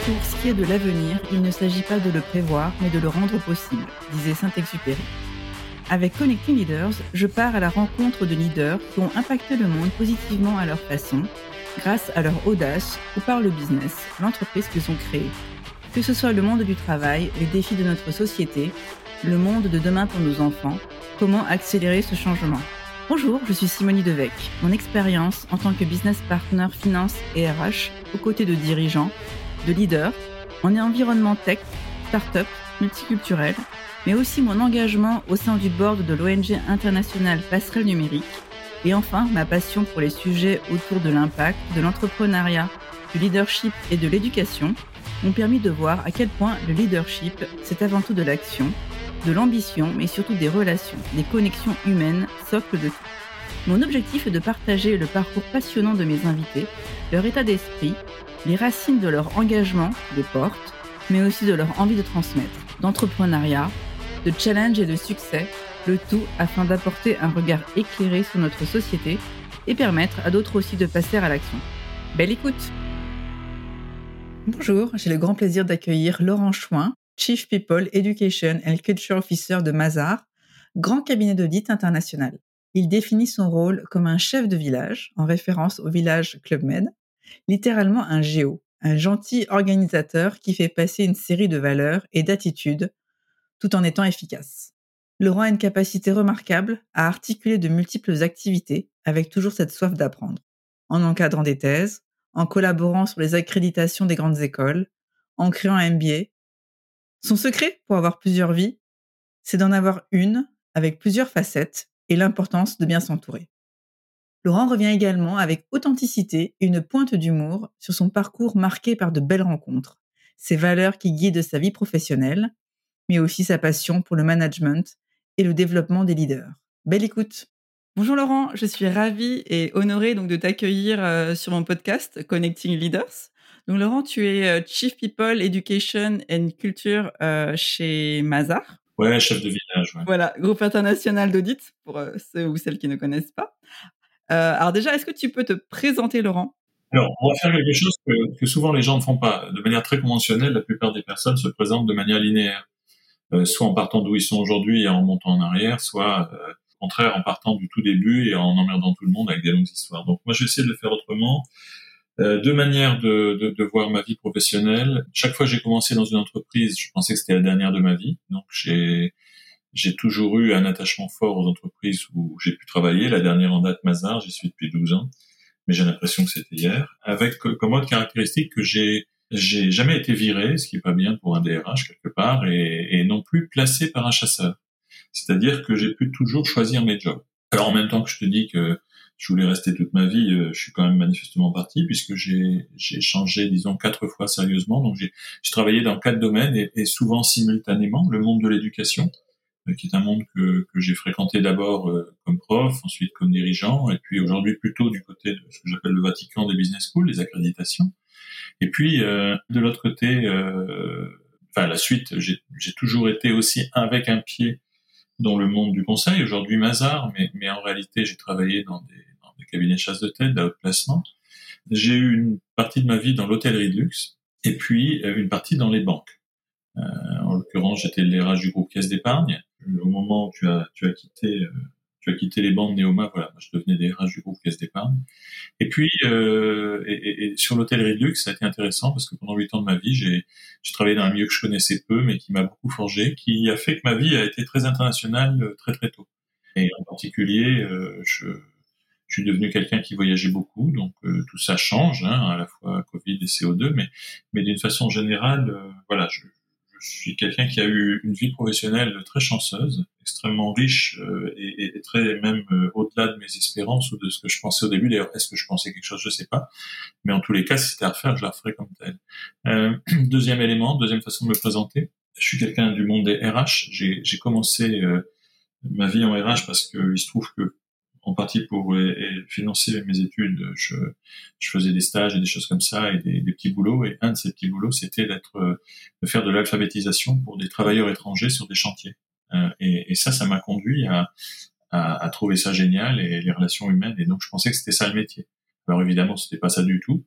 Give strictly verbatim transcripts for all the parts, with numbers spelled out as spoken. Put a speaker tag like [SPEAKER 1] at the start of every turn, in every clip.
[SPEAKER 1] Pour ce qui est de l'avenir, il ne s'agit pas de le prévoir, mais de le rendre possible, disait Saint-Exupéry. Avec Connecting Leaders, je pars à la rencontre de leaders qui ont impacté le monde positivement à leur façon, grâce à leur audace ou par le business, l'entreprise qu'ils ont créée. Que ce soit le monde du travail, les défis de notre société, le monde de demain pour nos enfants, comment accélérer ce changement. Bonjour, je suis Simonie Devec. Mon expérience en tant que business partner finance et R H, aux côtés de dirigeants, de leaders, en environnement tech, start-up, multiculturel, mais aussi mon engagement au sein du board de l'O N G internationale Passerelle Numérique, et enfin ma passion pour les sujets autour de l'impact, de l'entrepreneuriat, du leadership et de l'éducation m'ont permis de voir à quel point le leadership, c'est avant tout de l'action, de l'ambition, mais surtout des relations, des connexions humaines, socle de tout. Mon objectif est de partager le parcours passionnant de mes invités, leur état d'esprit, les racines de leur engagement, les portes, mais aussi de leur envie de transmettre, d'entrepreneuriat, de challenge et de succès, le tout afin d'apporter un regard éclairé sur notre société et permettre à d'autres aussi de passer à l'action. Belle écoute! Bonjour, j'ai le grand plaisir d'accueillir Laurent Chouin, Chief People, Education and Culture Officer de Mazars, grand cabinet d'audit international. Il définit son rôle comme un chef de village, en référence au village Club Med, littéralement un géo, un gentil organisateur qui fait passer une série de valeurs et d'attitudes tout en étant efficace. Laurent a une capacité remarquable à articuler de multiples activités avec toujours cette soif d'apprendre, en encadrant des thèses, en collaborant sur les accréditations des grandes écoles, en créant un M B A. Son secret pour avoir plusieurs vies, c'est d'en avoir une avec plusieurs facettes et l'importance de bien s'entourer. Laurent revient également avec authenticité et une pointe d'humour sur son parcours marqué par de belles rencontres, ses valeurs qui guident sa vie professionnelle, mais aussi sa passion pour le management et le développement des leaders. Belle écoute! Bonjour Laurent, je suis ravie et honorée donc de t'accueillir euh, sur mon podcast Connecting Leaders. Donc Laurent, tu es euh, Chief People, Education and Culture euh, chez Mazars.
[SPEAKER 2] Ouais, chef de village. Ouais.
[SPEAKER 1] Voilà, groupe international d'audit pour euh, ceux ou celles qui ne connaissent pas. Euh, alors déjà, est-ce que tu peux te présenter Laurent ?
[SPEAKER 2] Alors, on va faire quelque chose que, que souvent les gens ne font pas. De manière très conventionnelle, la plupart des personnes se présentent de manière linéaire, euh, soit en partant d'où ils sont aujourd'hui et en remontant en arrière, soit euh, au contraire en partant du tout début et en emmerdant tout le monde avec des longues histoires. Donc moi, j'essaie de le faire autrement. Euh, deux manières de, de, de voir ma vie professionnelle. Chaque fois que j'ai commencé dans une entreprise, je pensais que c'était la dernière de ma vie. Donc j'ai j'ai toujours eu un attachement fort aux entreprises où j'ai pu travailler. La dernière en date, Mazars, j'y suis depuis douze ans. Mais j'ai l'impression que c'était hier, avec comme autre caractéristique que j'ai j'ai jamais été viré, ce qui est pas bien pour un D R H quelque part, et, et non plus placé par un chasseur. C'est-à-dire que j'ai pu toujours choisir mes jobs. Alors en même temps que je te dis que je voulais rester toute ma vie, je suis quand même manifestement parti puisque j'ai j'ai changé, disons, quatre fois sérieusement. Donc j'ai j'ai travaillé dans quatre domaines et, et souvent simultanément, le monde de l'éducation, qui est un monde que, que j'ai fréquenté d'abord euh, comme prof, ensuite comme dirigeant, et puis aujourd'hui plutôt du côté de ce que j'appelle le Vatican des business schools, les accréditations. Et puis euh, de l'autre côté, euh, enfin la suite, j'ai, j'ai toujours été aussi avec un pied dans le monde du conseil. Aujourd'hui Mazars, mais, mais en réalité j'ai travaillé dans des, dans des cabinets de chasse de tête, de haut placement. J'ai eu une partie de ma vie dans l'hôtellerie de luxe, et puis euh, une partie dans les banques. Euh, en l'occurrence, j'étais le D R H du groupe Caisse d'Épargne. Au moment où tu as, tu as quitté, euh, tu as quitté les banques Neoma, voilà, moi, je devenais D R H du groupe Caisse d'Épargne. Et puis, euh, et, et, et sur l'hôtellerie de luxe, ça a été intéressant parce que pendant huit ans de ma vie, j'ai, j'ai travaillé dans un milieu que je connaissais peu, mais qui m'a beaucoup forgé, qui a fait que ma vie a été très internationale euh, très très tôt. Et en particulier, euh, je, je suis devenu quelqu'un qui voyageait beaucoup, donc euh, tout ça change, hein, à la fois Covid et C O deux, mais, mais d'une façon générale, euh, voilà, je Je suis quelqu'un qui a eu une vie professionnelle très chanceuse, extrêmement riche euh, et, et très même euh, au-delà de mes espérances ou de ce que je pensais au début. D'ailleurs, est-ce que je pensais quelque chose, je sais pas. Mais en tous les cas, si c'était à refaire, je la referais comme telle. Euh, deuxième élément, deuxième façon de me présenter. Je suis quelqu'un du monde des R H. J'ai, j'ai commencé euh, ma vie en R H parce que il se trouve que en partie pour euh, financer mes études, je, je faisais des stages et des choses comme ça et des, des petits boulots. Et un de ces petits boulots, c'était d'être, euh, de faire de l'alphabétisation pour des travailleurs étrangers sur des chantiers. Euh, et, et ça, ça m'a conduit à, à, à trouver ça génial et les relations humaines. Et donc, je pensais que c'était ça le métier. Alors évidemment, c'était pas ça du tout.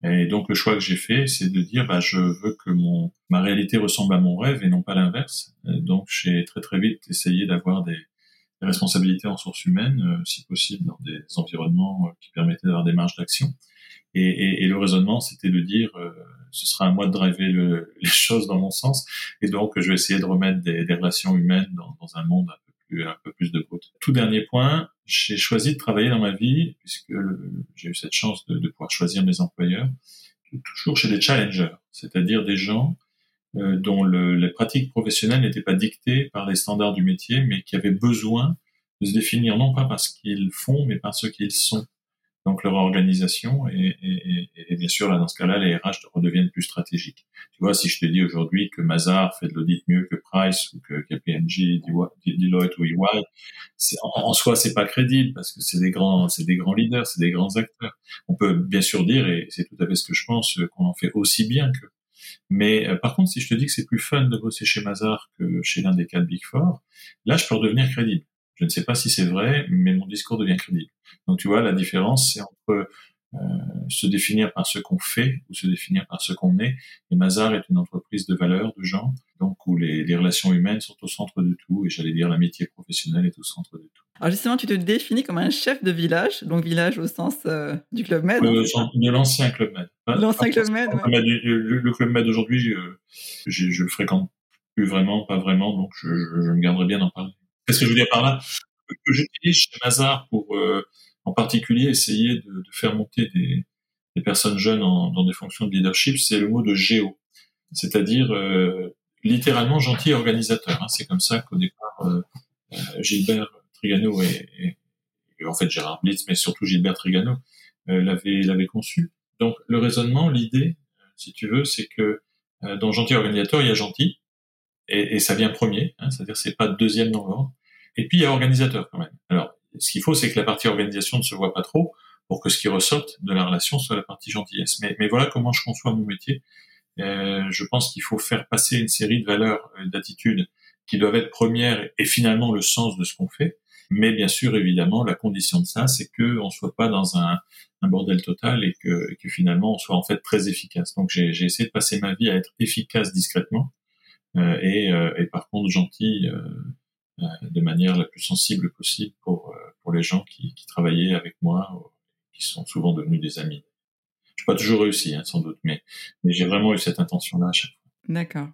[SPEAKER 2] Et donc le choix que j'ai fait, c'est de dire, bah, je veux que mon ma réalité ressemble à mon rêve et non pas l'inverse. Et donc j'ai très très vite essayé d'avoir des, des responsabilités en ressources humaines, euh, si possible dans des environnements euh, qui permettaient d'avoir des marges d'action. Et, et, et le raisonnement, c'était de dire, euh, ce sera à moi de driver le, les choses dans mon sens, et donc je vais essayer de remettre des, des relations humaines dans, dans un monde un peu plus, un peu plus de brut. Tout dernier point, j'ai choisi de travailler dans ma vie, puisque le, j'ai eu cette chance de, de pouvoir choisir mes employeurs, toujours chez des challengers, c'est-à-dire des gens euh, dont le, les pratiques professionnelles n'étaient pas dictées par les standards du métier, mais qui avaient besoin de se définir non pas par ce qu'ils font, mais par ce qu'ils sont. Donc leur organisation et, et, et, et bien sûr là dans ce cas-là les R H redeviennent plus stratégiques. Tu vois, si je te dis aujourd'hui que Mazars fait de l'audit mieux que Price ou que K P M G, Deloitte ou E Y, c'est, en, en soi c'est pas crédible parce que c'est des grands, c'est des grands leaders, c'est des grands acteurs. On peut bien sûr dire, et c'est tout à fait ce que je pense, qu'on en fait aussi bien que. Mais euh, par contre, si je te dis que c'est plus fun de bosser chez Mazars que chez l'un des quatre Big Four, là je peux redevenir crédible. Je ne sais pas si c'est vrai, mais mon discours devient crédible. Donc tu vois, la différence, c'est entre euh, se définir par ce qu'on fait ou se définir par ce qu'on est. Et Mazars est une entreprise de valeurs, de gens, donc où les, les relations humaines sont au centre de tout, et j'allais dire l'amitié professionnelle est au centre de tout.
[SPEAKER 1] Alors justement, tu te définis comme un chef de village, donc village au sens euh, du Club Med.
[SPEAKER 2] Euh,
[SPEAKER 1] Hein,
[SPEAKER 2] de l'ancien Club Med. Pas,
[SPEAKER 1] l'ancien
[SPEAKER 2] pas
[SPEAKER 1] Club Med, ouais.
[SPEAKER 2] le, le, le Club Med d'aujourd'hui, euh, je, je le fréquente plus vraiment, pas vraiment, donc je, je, je me garderai bien d'en parler. Qu'est-ce que je veux dire par là? Que j'utilise chez Mazars pour, euh, en particulier, essayer de, de faire monter des, des personnes jeunes en, dans des fonctions de leadership, c'est le mot de géo, c'est-à-dire euh, littéralement gentil organisateur. Hein. C'est comme ça qu'au départ, euh, euh, Gilbert Trigano et, et, et en fait Gérard Blitz, mais surtout Gilbert Trigano, euh, l'avait, l'avait conçu. Donc le raisonnement, l'idée, si tu veux, c'est que euh, dans gentil organisateur, il y a gentil, et, et ça vient premier, hein, c'est-à-dire c'est pas deuxième dans l'ordre. Et puis il y a organisateur quand même. Alors ce qu'il faut, c'est que la partie organisation ne se voit pas trop pour que ce qui ressorte de la relation soit la partie gentillesse. Mais, mais voilà comment je conçois mon métier. Euh, je pense qu'il faut faire passer une série de valeurs, euh, d'attitudes qui doivent être premières et finalement le sens de ce qu'on fait. Mais bien sûr, évidemment, la condition de ça, c'est que on soit pas dans un, un bordel total et que, et que finalement on soit en fait très efficace. Donc j'ai, j'ai essayé de passer ma vie à être efficace discrètement euh, et, euh, et par contre gentil euh, euh, de manière la plus sensible possible pour euh, pour les gens qui, qui travaillaient avec moi, euh, qui sont souvent devenus des amis. Je n'ai pas toujours réussi, hein, sans doute, mais, mais j'ai vraiment eu cette intention-là à chaque fois.
[SPEAKER 1] D'accord.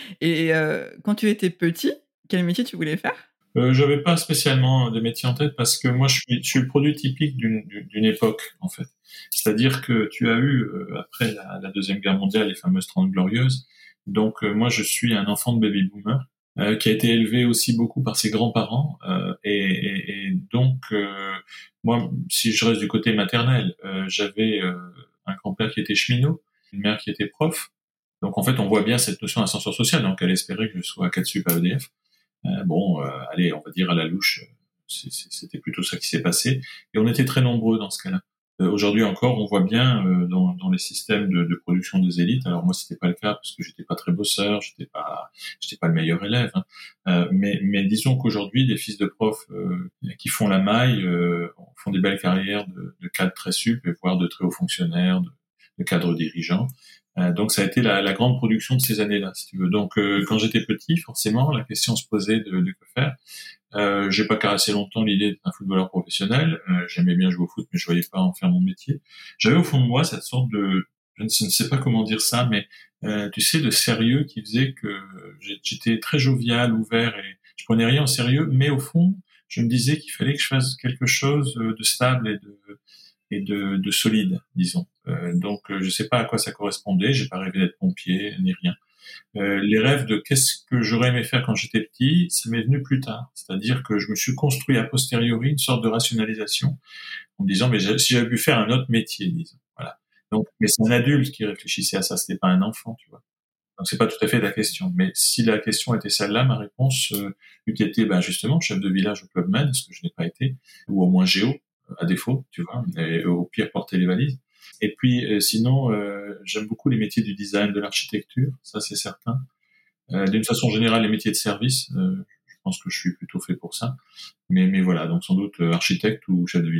[SPEAKER 1] Et euh, quand tu étais petit, quel métier tu voulais faire?
[SPEAKER 2] Euh, j'avais pas spécialement de métier en tête parce que moi je suis, je suis le produit typique d'une, d'une époque en fait. C'est-à-dire que tu as eu euh, après la, la deuxième guerre mondiale les fameuses Trente Glorieuses. Donc euh, moi je suis un enfant de baby boomer euh, qui a été élevé aussi beaucoup par ses grands-parents euh, et, et, et donc euh, moi si je reste du côté maternel, euh, j'avais euh, un grand-père qui était cheminot, une mère qui était prof. Donc en fait on voit bien cette notion d'ascenseur social. Donc elle espérait que je sois à quatre sup à E D F. Euh, bon, euh, allez, on va dire à la louche, c'est, c'est, c'était plutôt ça qui s'est passé. Et on était très nombreux dans ce cas-là. Euh, aujourd'hui encore, on voit bien euh, dans, dans les systèmes de, de production des élites. Alors moi, c'était pas le cas parce que j'étais pas très bosseur, j'étais pas, j'étais pas le meilleur élève. Hein. Euh, mais, mais disons qu'aujourd'hui, des fils de profs euh, qui font la maille euh, font des belles carrières de, de cadres très sup et voire de très hauts fonctionnaires, de, de cadres dirigeants. Euh, donc ça a été la, la grande production de ces années-là, si tu veux. Donc euh, quand j'étais petit, forcément, la question se posait de, de que faire. Euh, j'ai pas caressé longtemps l'idée d'être un footballeur professionnel. Euh, j'aimais bien jouer au foot, mais je voyais pas en faire mon métier. J'avais au fond de moi cette sorte de, je ne sais, je ne sais pas comment dire ça, mais euh, tu sais, de sérieux qui faisait que j'étais très jovial, ouvert et je prenais rien au sérieux. Mais au fond, je me disais qu'il fallait que je fasse quelque chose de stable et de et de, de solide, disons. Euh, donc, euh, je sais pas à quoi ça correspondait. J'ai pas rêvé d'être pompier ni rien. Euh, les rêves de qu'est-ce que j'aurais aimé faire quand j'étais petit, ça m'est venu plus tard. C'est-à-dire que je me suis construit a posteriori une sorte de rationalisation en me disant mais si j'avais pu faire un autre métier, disons. Voilà. Donc, mais c'est un adulte qui réfléchissait à ça. C'était pas un enfant, tu vois. Donc c'est pas tout à fait la question. Mais si la question était celle-là, ma réponse euh, eût été ben justement chef de village au Club Med, ce que je n'ai pas été, ou au moins géo à défaut, tu vois, et au pire porter les valises. Et puis euh, sinon, euh, j'aime beaucoup les métiers du design, de l'architecture, ça c'est certain. Euh, d'une façon générale, les métiers de service, euh, je pense que je suis plutôt fait pour ça. Mais, mais voilà, donc sans doute euh, architecte ou chef de village.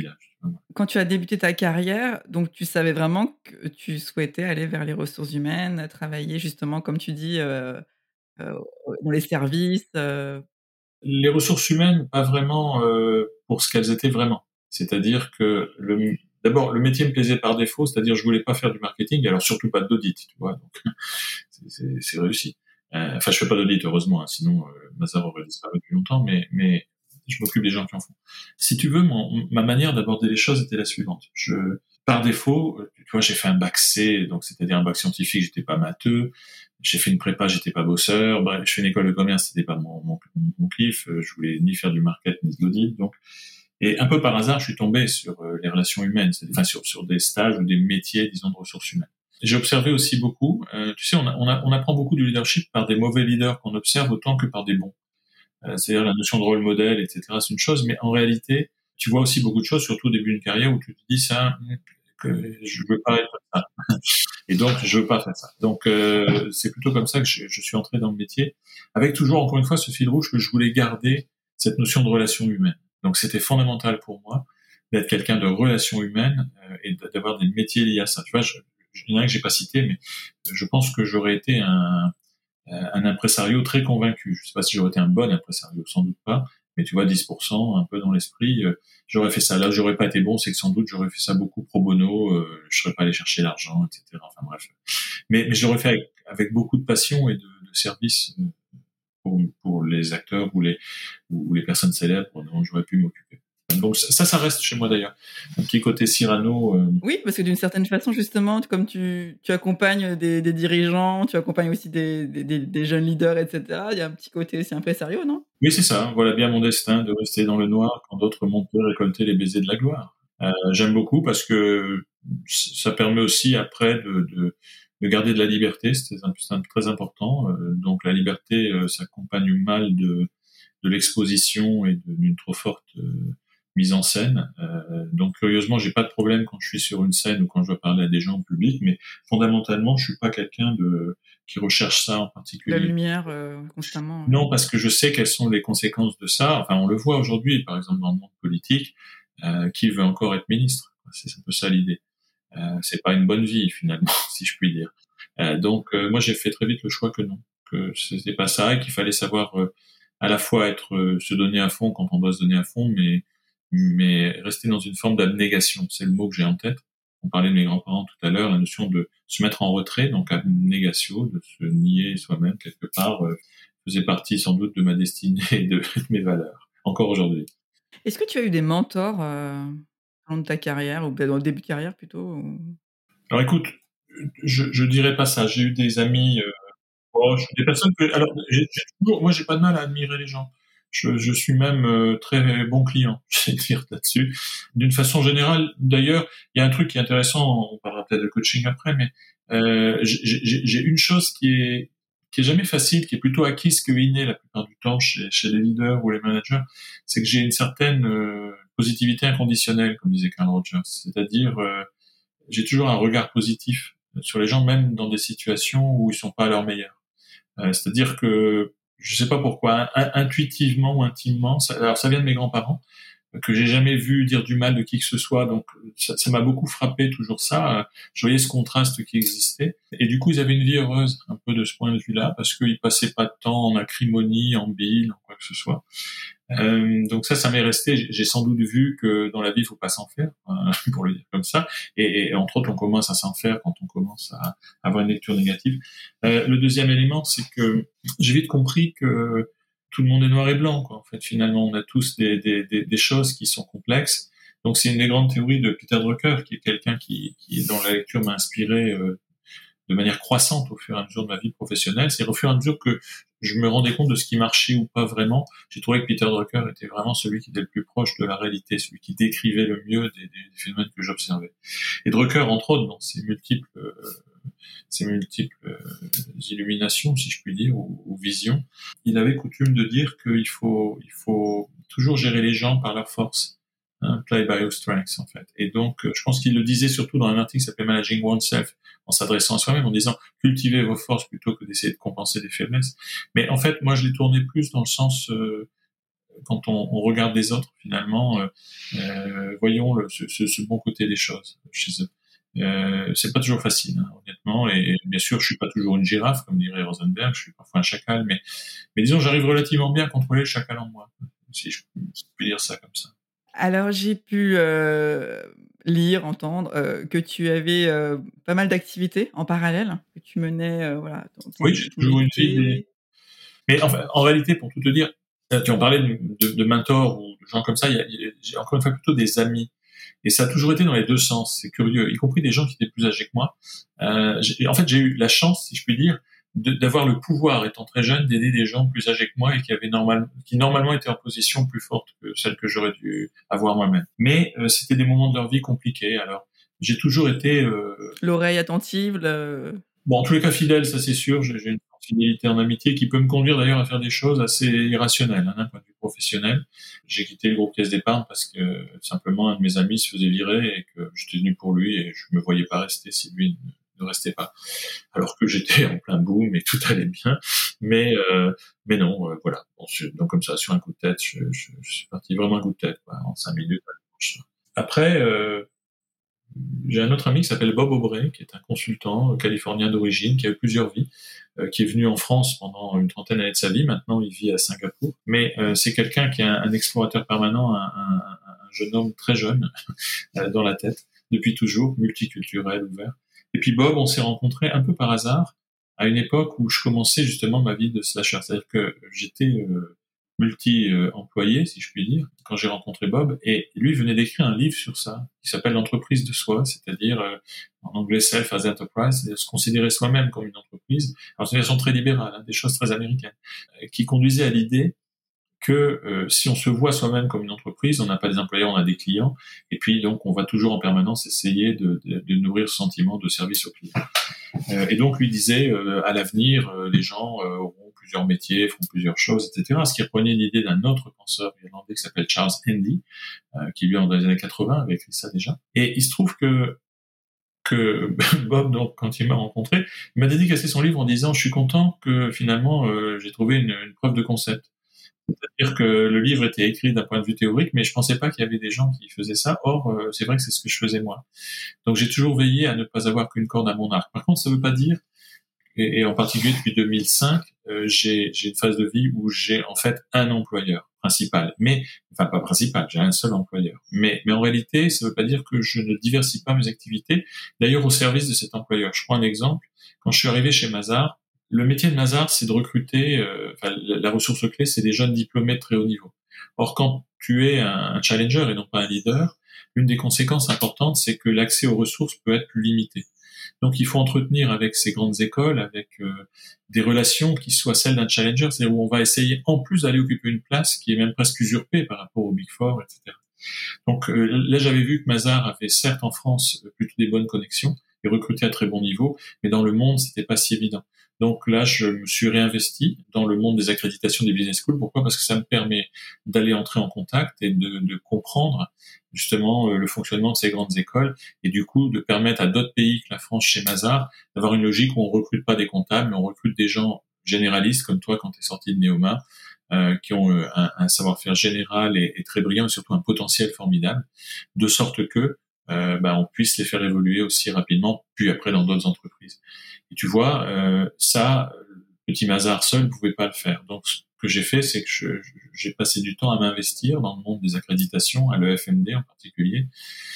[SPEAKER 1] Quand tu as débuté ta carrière, donc tu savais vraiment que tu souhaitais aller vers les ressources humaines, travailler justement comme tu dis, heu heu, dans les services, heu?
[SPEAKER 2] Les ressources humaines, pas vraiment, heu, pour ce qu'elles étaient vraiment. C'est-à-dire que le d'abord, le métier me plaisait par défaut, c'est-à-dire je voulais pas faire du marketing, alors surtout pas d'audit, tu vois? Donc c'est c'est c'est réussi. Heu, enfin, je fais pas d'audit heureusement, hein, sinon, heu, Mazars aurait disparu depuis longtemps, mais mais je m'occupe des gens qui en font. Si tu veux, mon ma manière d'aborder les choses était la suivante. Je par défaut, tu vois, j'ai fait un bac C, donc c'est-à-dire un bac scientifique, j'étais pas matheux. J'ai fait une prépa, j'étais pas bosseur. Bref, je fais une école de commerce, c'était pas mon, mon, mon kiff. Je voulais ni faire du market ni de l'audit. Donc, et un peu par hasard, je suis tombé sur euh, les relations humaines, enfin sur, sur des stages ou des métiers, disons, de ressources humaines. J'ai observé aussi beaucoup. Euh, tu sais, on, a, on, a, on apprend beaucoup du leadership par des mauvais leaders qu'on observe autant que par des bons. Euh, c'est-à-dire la notion de rôle modèle, et cetera. C'est une chose, mais en réalité, tu vois aussi beaucoup de choses, surtout au début d'une carrière, où tu te dis ça, que je veux pas être comme ça. Et donc, je veux pas faire ça. Donc, euh, c'est plutôt comme ça que je, je suis entré dans le métier, avec toujours, encore une fois, ce fil rouge que je voulais garder cette notion de relation humaine. Donc, c'était fondamental pour moi d'être quelqu'un de relation humaine euh, et d'avoir des métiers liés à ça. Tu vois, je, je, il y en a un que j'ai pas cité, mais je pense que j'aurais été un, un impresario très convaincu. Je sais pas si j'aurais été un bon impresario, sans doute pas, mais tu vois, dix pour cent, un peu dans l'esprit, euh, j'aurais fait ça. Là où j'aurais pas été bon, c'est que sans doute j'aurais fait ça beaucoup pro bono, euh, je serais pas allé chercher l'argent, et cetera. Enfin bref. Mais, mais je l'aurais fait avec, avec beaucoup de passion et de, de service pour, pour les acteurs ou les, ou les personnes célèbres dont j'aurais pu m'occuper. Donc ça, ça reste chez moi d'ailleurs. Un petit côté Cyrano. Euh...
[SPEAKER 1] Oui, parce que d'une certaine façon, justement, comme tu, tu accompagnes des, des dirigeants, tu accompagnes aussi des, des, des jeunes leaders, et cetera. Il y a un petit côté aussi impresario, non?
[SPEAKER 2] Oui, c'est ça. Voilà bien mon destin de rester dans le noir quand d'autres montaient récolter les baisers de la gloire. Euh, j'aime beaucoup parce que ça permet aussi après de, de, de garder de la liberté. C'est très important. Euh, donc la liberté euh, s'accompagne mal de, de l'exposition et d'une trop forte euh, mise en scène. Euh, donc curieusement, j'ai pas de problème quand je suis sur une scène ou quand je dois parler à des gens en public, mais fondamentalement, je suis pas quelqu'un de qui recherche ça en particulier.
[SPEAKER 1] La lumière euh, constamment.
[SPEAKER 2] Non, parce que je sais quelles sont les conséquences de ça. Enfin, on le voit aujourd'hui, par exemple dans le monde politique, euh, qui veut encore être ministre. C'est un peu ça l'idée. Euh, c'est pas une bonne vie finalement, si je puis dire. Euh, donc euh, moi j'ai fait très vite le choix que non, que c'était pas ça et qu'il fallait savoir euh, à la fois être euh, se donner à fond quand on doit se donner à fond, mais mais rester dans une forme d'abnégation. C'est le mot que j'ai en tête. On parlait de mes grands-parents tout à l'heure, la notion de se mettre en retrait, donc abnégatio, de se nier soi-même quelque part, euh, faisait partie sans doute de ma destinée et de, de mes valeurs, encore aujourd'hui.
[SPEAKER 1] Est-ce que tu as eu des mentors euh, au long de ta carrière, ou dans le début de carrière plutôt ou...
[SPEAKER 2] Alors écoute, je, je dirais pas ça. J'ai eu des amis euh, proches, des personnes que. Alors, j'ai, j'ai toujours, moi, j'ai pas de mal à admirer les gens. Je, je suis même euh, très bon client, je vais dire là-dessus. D'une façon générale, d'ailleurs, il y a un truc qui est intéressant. On parlera peut-être de coaching après, mais euh, j'ai, j'ai, j'ai une chose qui est qui est jamais facile, qui est plutôt acquise que innée la plupart du temps chez, chez les leaders ou les managers, c'est que j'ai une certaine euh, positivité inconditionnelle, comme disait Carl Rogers. C'est-à-dire, euh, j'ai toujours un regard positif sur les gens, même dans des situations où ils sont pas à leur meilleur. Euh, c'est-à-dire que je sais pas pourquoi, intuitivement ou intimement, ça, alors ça vient de mes grands-parents, que j'ai jamais vu dire du mal de qui que ce soit, donc ça, ça m'a beaucoup frappé toujours ça. Je voyais ce contraste qui existait, et du coup ils avaient une vie heureuse un peu de ce point de vue-là, parce qu'ils passaient pas de temps en acrimonie, en bile, en quoi que ce soit. Euh, donc ça, ça m'est resté. J'ai sans doute vu que dans la vie, il faut pas s'en faire, euh, pour le dire comme ça. Et, et entre autres, on commence à s'en faire quand on commence à avoir une lecture négative. Euh, le deuxième élément, c'est que j'ai vite compris que tout le monde est noir et blanc, quoi. En fait, finalement, on a tous des, des, des, des choses qui sont complexes. Donc, c'est une des grandes théories de Peter Drucker, qui est quelqu'un qui, qui, dans la lecture, m'a inspiré euh, de manière croissante au fur et à mesure de ma vie professionnelle. C'est au fur et à mesure que je me rendais compte de ce qui marchait ou pas vraiment. J'ai trouvé que Peter Drucker était vraiment celui qui était le plus proche de la réalité, celui qui décrivait le mieux des, des, des phénomènes que j'observais. Et Drucker, entre autres, dans ses multiples, euh, ses multiples euh, illuminations, si je puis dire, ou, ou visions, il avait coutume de dire qu'il faut, il faut toujours gérer les gens par leur force. Hein, play by your strengths, en fait. Et donc, euh, je pense qu'il le disait surtout dans un article qui s'appelait Managing Oneself, en s'adressant à soi-même, en disant cultivez vos forces plutôt que d'essayer de compenser des faiblesses. Mais en fait, moi, je l'ai tourné plus dans le sens euh, quand on, on regarde les autres, finalement, euh, euh, voyons le, ce, ce, ce bon côté des choses chez eux. Euh, c'est pas toujours facile, hein, honnêtement, et, et bien sûr, je suis pas toujours une girafe, comme dirait Rosenberg, je suis parfois un chacal, mais, mais disons, j'arrive relativement bien à contrôler le chacal en moi, si je, si je peux dire ça comme ça.
[SPEAKER 1] Alors, j'ai pu euh, lire, entendre euh, que tu avais euh, pas mal d'activités en parallèle, que tu menais, euh, voilà, ton,
[SPEAKER 2] Oui,
[SPEAKER 1] ton,
[SPEAKER 2] j'ai
[SPEAKER 1] ton
[SPEAKER 2] toujours une vie des...
[SPEAKER 1] métier.
[SPEAKER 2] Mais enfin, en réalité, pour tout te dire, tu en parlais de, de, de mentors ou de gens comme ça, il y a, il y a, j'ai encore une fois plutôt des amis. Et ça a toujours été dans les deux sens, c'est curieux, y compris des gens qui étaient plus âgés que moi. Euh, j'ai, en fait, j'ai eu la chance, si je puis dire, de, d'avoir le pouvoir, étant très jeune, d'aider des gens plus âgés que moi et qui avaient normal, qui normalement étaient en position plus forte que celle que j'aurais dû avoir moi-même. Mais euh, c'était des moments de leur vie compliqués. Alors, j'ai toujours été euh,
[SPEAKER 1] L'oreille attentive, le...
[SPEAKER 2] bon, en tous les cas, fidèle, ça c'est sûr. J'ai, j'ai une fidélité en amitié qui peut me conduire d'ailleurs à faire des choses assez irrationnelles, hein, d'un point de vue professionnel. J'ai quitté le groupe Caisse d'épargne parce que simplement un de mes amis se faisait virer et que j'étais venu pour lui et je me voyais pas rester si lui ne, ne restait pas. Alors que j'étais en plein boom et tout allait bien. Mais euh, mais non, euh, voilà. Bon, je, donc comme ça, sur un coup de tête, je, je, je suis parti vraiment un coup de tête, quoi, en cinq minutes. Après. Euh, J'ai un autre ami qui s'appelle Bob Aubrey, qui est un consultant californien d'origine, qui a eu plusieurs vies, euh, qui est venu en France pendant une trentaine d'années de sa vie. Maintenant, il vit à Singapour. Mais euh, c'est quelqu'un qui est un, un explorateur permanent, un, un, un jeune homme très jeune euh, dans la tête, depuis toujours, multiculturel, ouvert. Et puis Bob, on s'est rencontrés un peu par hasard à une époque où je commençais justement ma vie de slasher. C'est-à-dire que j'étais euh, multi-employé, si je puis dire, quand j'ai rencontré Bob, et lui venait d'écrire un livre sur ça, qui s'appelle l'entreprise de soi, c'est-à-dire, euh, en anglais, self as enterprise, c'est-à-dire se considérer soi-même comme une entreprise. Alors, c'est une version très libérale, hein, des choses très américaines, euh, qui conduisait à l'idée que euh, si on se voit soi-même comme une entreprise, on n'a pas des employés, on a des clients, et puis donc on va toujours en permanence essayer de, de, de nourrir ce sentiment de service aux clients. Euh, et donc lui disait, euh, à l'avenir, euh, les gens euh, auront plusieurs métiers, feront plusieurs choses, et cetera. Ce qui reprenait l'idée d'un autre penseur irlandais qui s'appelle Charles Handy, euh, qui lui, dans les années quatre-vingts, avait écrit ça déjà. Et il se trouve que que Bob, donc, quand il m'a rencontré, il m'a dédicacé son livre en disant « Je suis content que finalement euh, j'ai trouvé une, une preuve de concept ». C'est-à-dire que le livre était écrit d'un point de vue théorique, mais je pensais pas qu'il y avait des gens qui faisaient ça. Or, euh, c'est vrai que c'est ce que je faisais moi. Donc j'ai toujours veillé à ne pas avoir qu'une corde à mon arc. Par contre, ça veut pas dire, et, et en particulier depuis deux mille cinq, euh, j'ai, j'ai une phase de vie où j'ai en fait un employeur principal. Mais, enfin pas principal, j'ai un seul employeur. Mais, mais en réalité, ça veut pas dire que je ne diversifie pas mes activités, d'ailleurs au service de cet employeur. Je prends un exemple. Quand je suis arrivé chez Mazars, le métier de Mazars, c'est de recruter, euh, enfin, la, la ressource clé, c'est des jeunes diplômés de très haut niveau. Or, quand tu es un, un challenger et non pas un leader, une des conséquences importantes, c'est que l'accès aux ressources peut être plus limité. Donc, il faut entretenir avec ces grandes écoles, avec euh, des relations qui soient celles d'un challenger, c'est-à-dire où on va essayer, en plus d'aller occuper une place qui est même presque usurpée par rapport au Big Four, et cetera. Donc euh, là, j'avais vu que Mazars avait certes en France plutôt des bonnes connexions et recruté à très bon niveau, mais dans le monde, c'était pas si évident. Donc là, je me suis réinvesti dans le monde des accréditations des business schools. Pourquoi ? Parce que ça me permet d'aller entrer en contact et de, de comprendre justement le fonctionnement de ces grandes écoles et du coup de permettre à d'autres pays que la France chez Mazars d'avoir une logique où on recrute pas des comptables, mais on recrute des gens généralistes comme toi quand tu es sorti de Neoma, euh, qui ont euh, un, un savoir-faire général et, et très brillant et surtout un potentiel formidable, de sorte que euh, bah, on puisse les faire évoluer aussi rapidement, puis après dans d'autres entreprises. Et tu vois, euh, ça, le petit Mazars seul ne pouvait pas le faire. Donc, ce que j'ai fait, c'est que je, je, j'ai passé du temps à m'investir dans le monde des accréditations, à l'E F M D en particulier,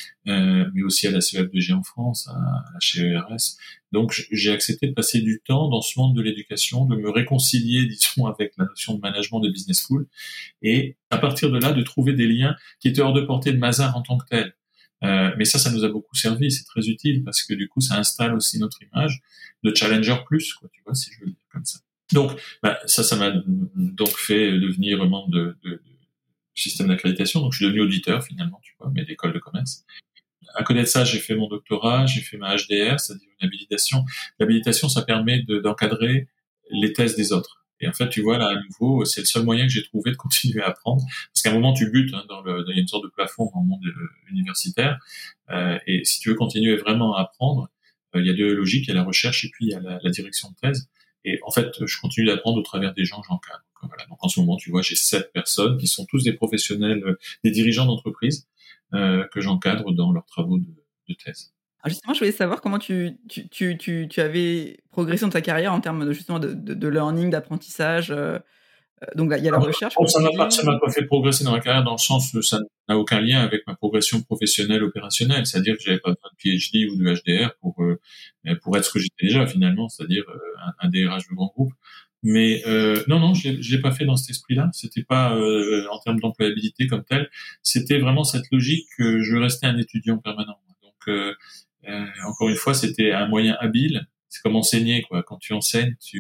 [SPEAKER 2] euh, mais aussi à la C E F deux G en France, à, à la H E R S. Donc, j'ai accepté de passer du temps dans ce monde de l'éducation, de me réconcilier, disons, avec la notion de management de business school, et à partir de là, de trouver des liens qui étaient hors de portée de Mazars en tant que tel. Euh, mais ça, ça nous a beaucoup servi, c'est très utile parce que du coup, ça installe aussi notre image de challenger plus, quoi, tu vois, si je veux le dire comme ça. Donc, bah, ça, ça m'a donc fait devenir membre de, de, de système d'accréditation. Donc, je suis devenu auditeur finalement, tu vois, mais d'école de commerce. À côté de ça, j'ai fait mon doctorat, j'ai fait ma H D R, c'est-à-dire une habilitation. L'habilitation, ça permet de, d'encadrer les thèses des autres. Et en fait, tu vois, là, à nouveau, c'est le seul moyen que j'ai trouvé de continuer à apprendre. Parce qu'à un moment, tu butes, hein, dans le, il y a une sorte de plafond dans le monde euh, universitaire. Euh, et si tu veux continuer vraiment à apprendre, euh, il y a deux logiques, il y a la recherche et puis il y a la, la direction de thèse. et en fait, je continue d'apprendre au travers des gens que j'encadre. Voilà. Donc en ce moment, tu vois, j'ai sept personnes qui sont tous des professionnels, euh, des dirigeants d'entreprise euh, que j'encadre dans leurs travaux de, de thèse.
[SPEAKER 1] Alors justement, je voulais savoir comment tu tu tu tu tu avais progressé dans ta carrière en termes de justement de de de learning, d'apprentissage, heu, heu, donc là, il y a la recherche,
[SPEAKER 2] Bon,
[SPEAKER 1] comme
[SPEAKER 2] ça
[SPEAKER 1] tu
[SPEAKER 2] m'a pas,
[SPEAKER 1] dis.
[SPEAKER 2] ça m'a pas fait progresser dans ma carrière dans le sens où ça n'a aucun lien avec ma progression professionnelle opérationnelle. C'est-à-dire que j'avais pas besoin de P H D ou de H D R pour euh, pour être ce que j'étais déjà finalement, c'est-à-dire euh, un, un D R H de grand groupe. Mais euh, non, non, je l'ai, je l'ai pas fait dans cet esprit-là. C'était pas euh, en termes d'employabilité comme tel. C'était vraiment cette logique que je restais un étudiant permanent. Donc euh, euh, encore une fois, c'était un moyen habile. C'est comme enseigner, quoi. Quand tu enseignes, tu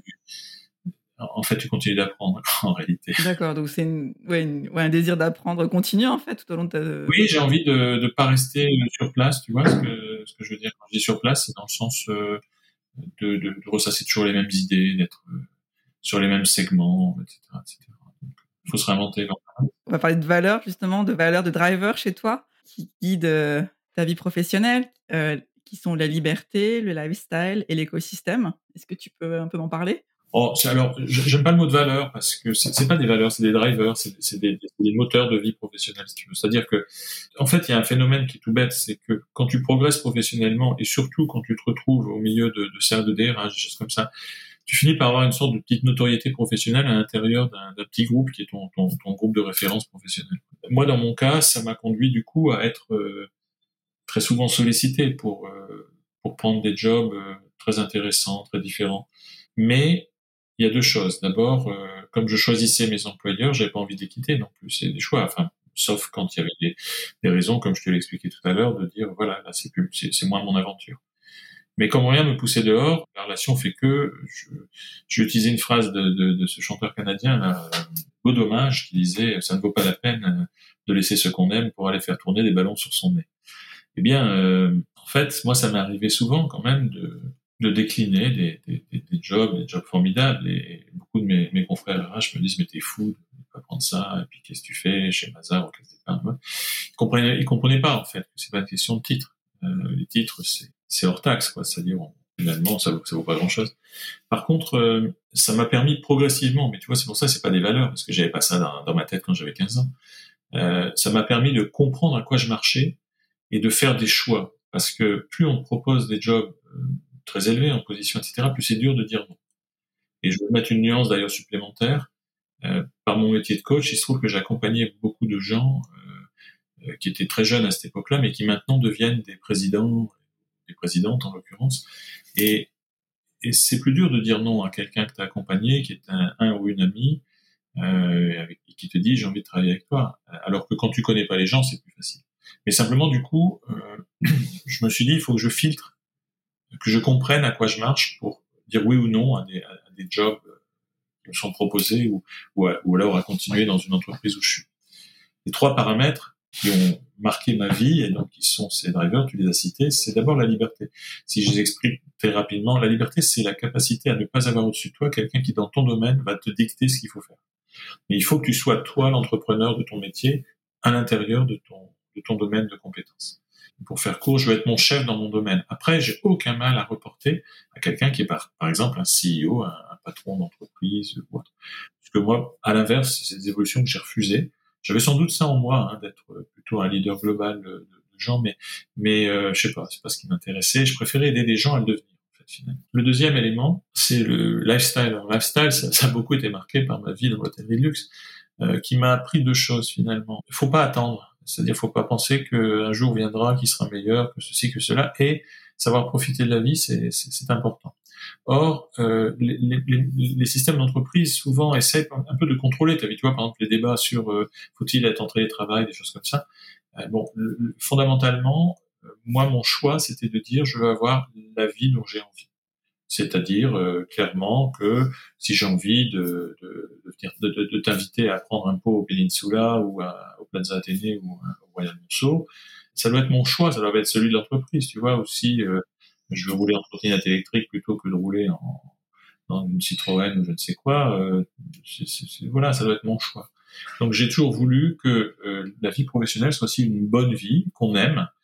[SPEAKER 2] en fait, tu continues d'apprendre en réalité.
[SPEAKER 1] D'accord, donc c'est une ouais, une ouais, un désir d'apprendre continu, en fait, tout au long de ta
[SPEAKER 2] Oui, j'ai envie de de pas rester sur place, tu vois ce que ce que je veux dire quand je dis sur place, c'est dans le sens euh, de, de, de ressasser toujours les mêmes idées, d'être euh, sur les mêmes segments, et cetera, et cetera. Donc, il faut se réinventer.
[SPEAKER 1] on va parler de valeurs justement, de valeurs de driver chez toi, qui guident, heu, ta vie professionnelle, heu, qui sont la liberté, le lifestyle et l'écosystème. Est-ce que tu peux un peu m'en parler?
[SPEAKER 2] Oh, c'est alors, j'aime pas le mot de valeur parce que c'est, c'est pas des valeurs, c'est des drivers, c'est, c'est des, des moteurs de vie professionnelle, si tu veux. C'est-à-dire que, en fait, il y a un phénomène qui est tout bête, c'est que quand tu progresses professionnellement et surtout quand tu te retrouves au milieu de, de cercles de D R H, des choses comme ça, tu finis par avoir une sorte de petite notoriété professionnelle à l'intérieur d'un, d'un petit groupe qui est ton, ton, ton groupe de référence professionnelle. Moi, dans mon cas, ça m'a conduit du coup à être euh, très souvent sollicité pour euh, pour prendre des jobs euh, très intéressants, très différents. Mais il y a deux choses. D'abord, euh, comme je choisissais mes employeurs, j'avais pas envie de les quitter non plus. C'est des choix. Enfin, sauf quand il y avait des, des raisons, comme je te l'ai expliqué tout à l'heure, de dire voilà, là c'est plus, c'est, c'est moins mon aventure. Mais comme rien me poussait dehors, la relation fait que je, j'ai utilisé une phrase de, de, de ce chanteur canadien, là, Beau Dommage, qui disait ça ne vaut pas la peine de laisser ce qu'on aime pour aller faire tourner des ballons sur son nez. Eh bien, euh, en fait, moi, ça m'est arrivé souvent quand même de, de décliner des, des, des, des jobs, des jobs formidables. Et beaucoup de mes, mes confrères R H me disent, mais t'es fou de pas prendre ça. Et puis, qu'est-ce que tu fais chez Mazar ou qu'est-ce que tu fais? Ils comprenaient, ils comprenaient pas, en fait, que c'est pas une question de titre. Euh, les titres, c'est, c'est hors taxe, quoi. C'est-à-dire, on, finalement, ça vaut, ça vaut pas grand-chose. Par contre, euh, ça m'a permis progressivement, mais tu vois, c'est pour ça que c'est pas des valeurs, parce que j'avais pas ça dans, dans ma tête quand j'avais quinze ans. Euh, ça m'a permis de comprendre à quoi je marchais et de faire des choix. Parce que plus on te propose des jobs euh, très élevés en position, et cetera, plus c'est dur de dire non. Et je vais mettre une nuance d'ailleurs supplémentaire. Euh, par mon métier de coach, il se trouve que j'accompagnais beaucoup de gens euh, qui étaient très jeunes à cette époque-là, mais qui maintenant deviennent des présidents, des présidentes en l'occurrence. Et, et c'est plus dur de dire non à quelqu'un que tu as accompagné, qui est un, un ou une amie, euh, avec, qui te dit j'ai envie de travailler avec toi. Alors que quand tu connais pas les gens, c'est plus facile. Mais simplement, du coup, euh, je me suis dit, il faut que je filtre, que je comprenne à quoi je marche pour dire oui ou non à des, à des jobs qui me sont proposés ou, ou, à, ou alors à continuer dans une entreprise où je suis. Les trois paramètres qui ont marqué ma vie et donc qui sont ces drivers, tu les as cités, c'est d'abord la liberté. Si je les explique très rapidement, la liberté, c'est la capacité à ne pas avoir au-dessus de toi quelqu'un qui, dans ton domaine, va te dicter ce qu'il faut faire. Mais il faut que tu sois toi l'entrepreneur de ton métier à l'intérieur de ton, de ton domaine de compétences. Pour faire court, je veux être mon chef dans mon domaine. Après, j'ai aucun mal à reporter à quelqu'un qui est par, par exemple un C E O, un, un patron d'entreprise ou autre. Parce que moi, à l'inverse, c'est des évolutions que j'ai refusées. J'avais sans doute ça en moi, hein, d'être plutôt un leader global de, de gens, mais, mais euh, je sais pas, c'est pas ce qui m'intéressait. Je préférais aider des gens à le devenir. Le deuxième élément, c'est le lifestyle. Alors, lifestyle, ça, ça a beaucoup été marqué par ma vie dans l'hôtellerie de luxe, euh, qui m'a appris deux choses finalement. Il faut pas attendre, c'est-à-dire faut pas penser qu'un jour viendra qui sera meilleur que ceci, que cela, et savoir profiter de la vie, c'est, c'est, c'est important. Or, euh, les, les, les systèmes d'entreprise souvent essaient un peu de contrôler ta vie. Tu vois, par exemple, les débats sur euh, faut-il être en télétravail, des choses comme ça. Euh, bon, le, le, fondamentalement, moi, mon choix, c'était de dire, je veux avoir la vie dont j'ai envie. C'est-à-dire euh, clairement que si j'ai envie de, de, de, venir, de, de, de t'inviter à prendre un pot au Peninsula ou à, au Plaza Athénée ou à, au Royal Monceau, ça doit être mon choix, ça doit être celui de l'entreprise. Tu vois, aussi, euh, je veux rouler en trottinette électrique plutôt que de rouler en, dans une Citroën ou je ne sais quoi. Euh, c'est, c'est, c'est, voilà, ça doit être mon choix. Donc j'ai toujours voulu que euh, la vie professionnelle soit aussi une bonne vie, qu'on aime,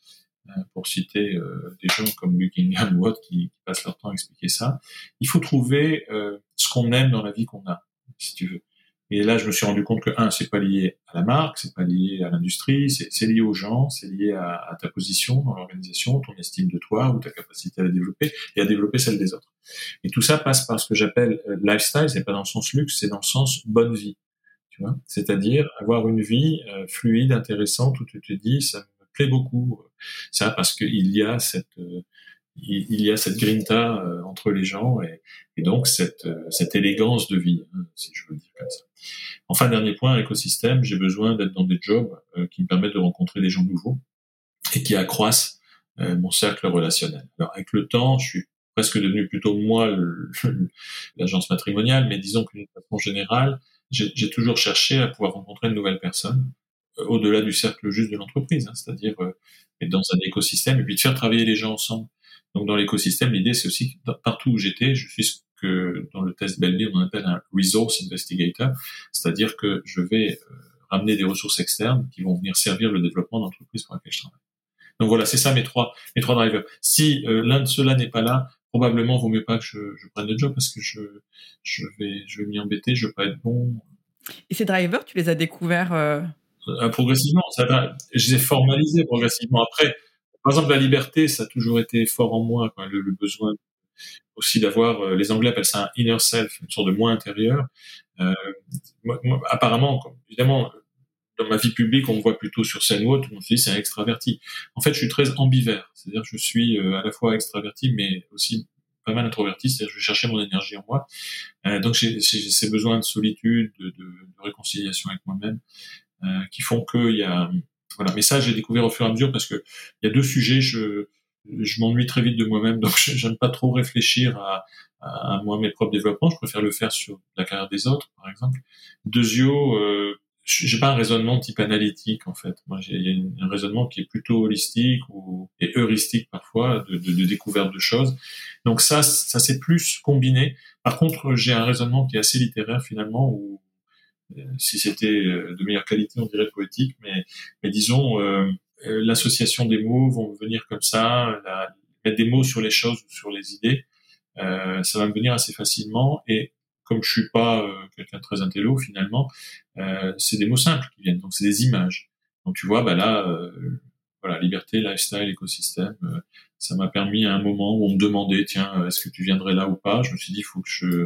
[SPEAKER 2] pour citer euh, des gens comme Buckingham ou autres qui, qui passent leur temps à expliquer ça. Il faut trouver euh, ce qu'on aime dans la vie qu'on a, si tu veux. Et là, je me suis rendu compte que, un, c'est pas lié à la marque, c'est pas lié à l'industrie, c'est, c'est lié aux gens, c'est lié à, à ta position dans l'organisation, ton estime de toi ou ta capacité à la développer et à développer celle des autres. Et tout ça passe par ce que j'appelle euh, lifestyle, c'est pas dans le sens luxe, c'est dans le sens bonne vie. Tu vois, c'est-à-dire avoir une vie euh, fluide, intéressante, où tu te dis, ça me plaît beaucoup, ça, parce qu'il y a cette, euh, il, il y a cette grinta euh, entre les gens et, et donc cette, euh, cette élégance de vie, hein, si je veux le dire comme ça. Enfin, dernier point, écosystème, j'ai besoin d'être dans des jobs euh, qui me permettent de rencontrer des gens nouveaux et qui accroissent euh, mon cercle relationnel. Alors, avec le temps, je suis presque devenu plutôt moi le, le, l'agence matrimoniale, mais disons que d'une façon générale, j'ai, j'ai toujours cherché à pouvoir rencontrer de nouvelles personnes euh, au-delà du cercle juste de l'entreprise, hein, c'est-à-dire euh, être dans un écosystème et puis de faire travailler les gens ensemble. Donc dans l'écosystème, l'idée c'est aussi que partout où j'étais, je suis ce que dans le test Belleville on appelle un resource investigator, c'est-à-dire que je vais euh, ramener des ressources externes qui vont venir servir le développement d'entreprise pour laquelle je travaille. Donc voilà, c'est ça mes trois mes trois drivers. Si euh, l'un de ceux-là n'est pas là, probablement vaut mieux pas que je, je prenne le job parce que je je vais je vais m'y embêter, je vais pas être bon.
[SPEAKER 1] Et ces drivers, tu les as découverts euh...
[SPEAKER 2] euh, progressivement, ça va. Je les ai formalisés progressivement. Après, par exemple, la liberté, ça a toujours été fort en moi, quoi, le, le besoin aussi d'avoir. Euh, les Anglais appellent ça un inner self, une sorte de moi intérieur. Euh, moi, moi, apparemment, évidemment. Dans ma vie publique, on me voit plutôt sur scène ou autre, on me dit c'est un extraverti. En fait, je suis très ambivers, c'est-à-dire que je suis euh, à la fois extraverti, mais aussi pas mal introverti, c'est-à-dire que je vais chercher mon énergie en moi. Euh, donc j'ai, j'ai ces besoins de solitude, de, de, de réconciliation avec moi-même, euh, qui font qu'il y a... Voilà. Mais ça, j'ai découvert au fur et à mesure parce que il y a deux sujets, je, je m'ennuie très vite de moi-même, donc j'aime pas trop réfléchir à, à, à moi, mes propres développements, je préfère le faire sur la carrière des autres, par exemple. Deuxio, euh, j'ai pas un raisonnement type analytique en fait. Moi, j'ai il y a une, un raisonnement qui est plutôt holistique ou et heuristique parfois, de, de, de découverte de choses. Donc ça, ça c'est plus combiné. Par contre, j'ai un raisonnement qui est assez littéraire finalement, où euh, si c'était euh, de meilleure qualité, on dirait poétique, mais, mais disons euh, euh, l'association des mots vont venir comme ça, la, mettre des mots sur les choses ou sur les idées, euh, ça va me venir assez facilement et comme je suis pas euh, quelqu'un de très intello finalement, euh, c'est des mots simples qui viennent, donc c'est des images. Donc tu vois, bah là, euh, voilà, liberté, lifestyle, écosystème, euh, ça m'a permis à un moment où on me demandait, tiens, est-ce que tu viendrais là ou pas. Je me suis dit, il faut que je,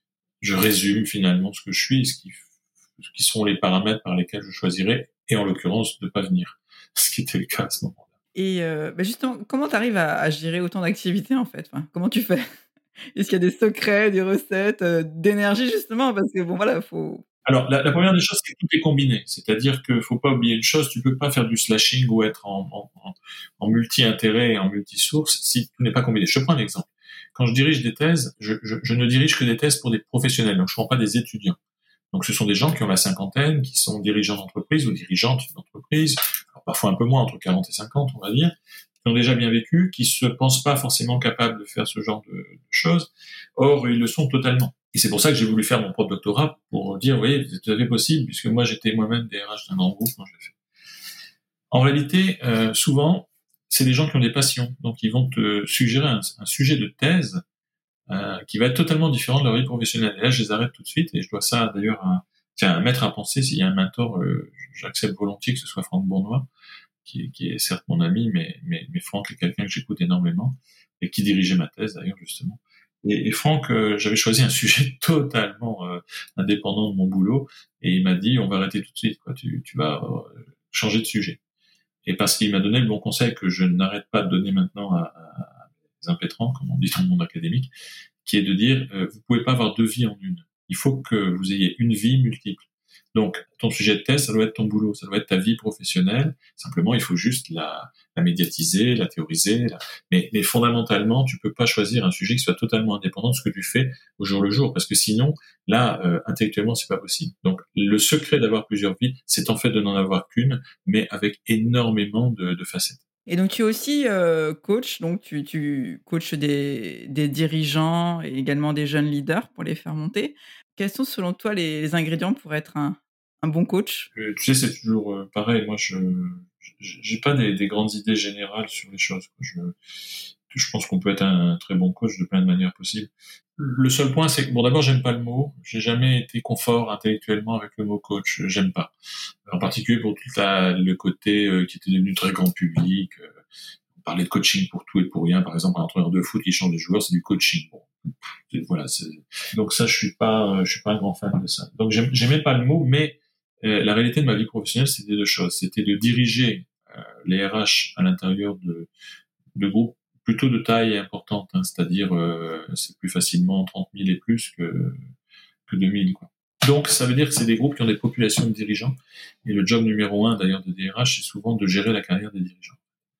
[SPEAKER 2] je résume finalement ce que je suis, ce qui, ce qui sont les paramètres par lesquels je choisirais, et en l'occurrence de pas venir, ce qui était le cas à ce moment-là.
[SPEAKER 1] Et euh, bah justement, comment tu arrives à, à gérer autant d'activités en fait, enfin, comment tu fais? Est-ce qu'il y a des secrets, des recettes, euh, d'énergie justement? Parce que bon voilà, faut...
[SPEAKER 2] Alors, la, la première des choses, c'est que tout est combiné. C'est-à-dire qu'il faut pas oublier une chose, tu peux pas faire du slashing ou être en, en, en, en multi-intérêt et en multi-source si tout n'est pas combiné. Je te prends un exemple. Quand je dirige des thèses, je, je, je ne dirige que des thèses pour des professionnels, donc je ne prends pas des étudiants. Donc ce sont des gens qui ont la cinquantaine, qui sont dirigeants d'entreprise ou dirigeantes d'entreprise, alors parfois un peu moins, entre quarante et cinquante, on va dire, qui ont déjà bien vécu, qui se pensent pas forcément capables de faire ce genre de, de choses. Or, ils le sont totalement. Et c'est pour ça que j'ai voulu faire mon propre doctorat, pour dire, oui, c'est tout à fait possible, puisque moi, j'étais moi-même D R H d'un grand groupe quand je l'ai fait. En réalité, euh, souvent, c'est des gens qui ont des passions. Donc, ils vont te suggérer un, un sujet de thèse euh, qui va être totalement différent de leur vie professionnelle. Et là, je les arrête tout de suite, et je dois ça, d'ailleurs, à, tiens, à mettre à penser, s'il y a un mentor, euh, j'accepte volontiers que ce soit Franck Bournois, qui, qui est certes mon ami, mais, mais, mais Franck est quelqu'un que j'écoute énormément, et qui dirigeait ma thèse, d'ailleurs, justement. Et, et Franck, euh, j'avais choisi un sujet totalement euh, indépendant de mon boulot, et il m'a dit, on va arrêter tout de suite, quoi. Tu, tu vas euh, changer de sujet. Et parce qu'il m'a donné le bon conseil que je n'arrête pas de donner maintenant à, à les impétrants, comme on dit dans le monde académique, qui est de dire, euh, vous pouvez pas avoir deux vies en une. Il faut que vous ayez une vie multiple. Donc, ton sujet de thèse, ça doit être ton boulot, ça doit être ta vie professionnelle. Simplement, il faut juste la, la médiatiser, la théoriser. La... Mais, mais fondamentalement, tu peux pas choisir un sujet qui soit totalement indépendant de ce que tu fais au jour le jour, parce que sinon, là, euh, intellectuellement, c'est pas possible. Donc, le secret d'avoir plusieurs vies, c'est en fait de n'en avoir qu'une, mais avec énormément de, de facettes.
[SPEAKER 1] Et donc tu es aussi euh, coach, donc tu, tu coaches des, des dirigeants et également des jeunes leaders pour les faire monter. Quels sont selon toi les, les ingrédients pour être un, un bon coach?
[SPEAKER 2] Euh, tu sais, c'est toujours euh, pareil. Moi, je j'ai pas des, des grandes idées générales sur les choses. Je, je pense qu'on peut être un, un très bon coach de plein de manières possibles. Le seul point, c'est que, bon, d'abord, j'aime pas le mot. J'ai jamais été confort intellectuellement avec le mot coach. J'aime pas. En particulier pour tout la, le côté euh, qui était devenu très grand public. Euh, on parlait de coaching pour tout et pour rien. Par exemple, un entraîneur de foot qui change de joueur, c'est du coaching. Bon, c'est, voilà. C'est... Donc ça, je suis pas, je suis pas un grand fan de ça. Donc j'aime, j'aimais pas le mot, mais euh, la réalité de ma vie professionnelle, c'était deux choses. C'était de diriger euh, les R H à l'intérieur de, de groupes plutôt de taille importante, hein, c'est-à-dire euh, c'est plus facilement trente mille et plus que, que deux mille. Quoi. Donc ça veut dire que c'est des groupes qui ont des populations de dirigeants, et le job numéro un d'ailleurs des D R H, c'est souvent de gérer la carrière des dirigeants.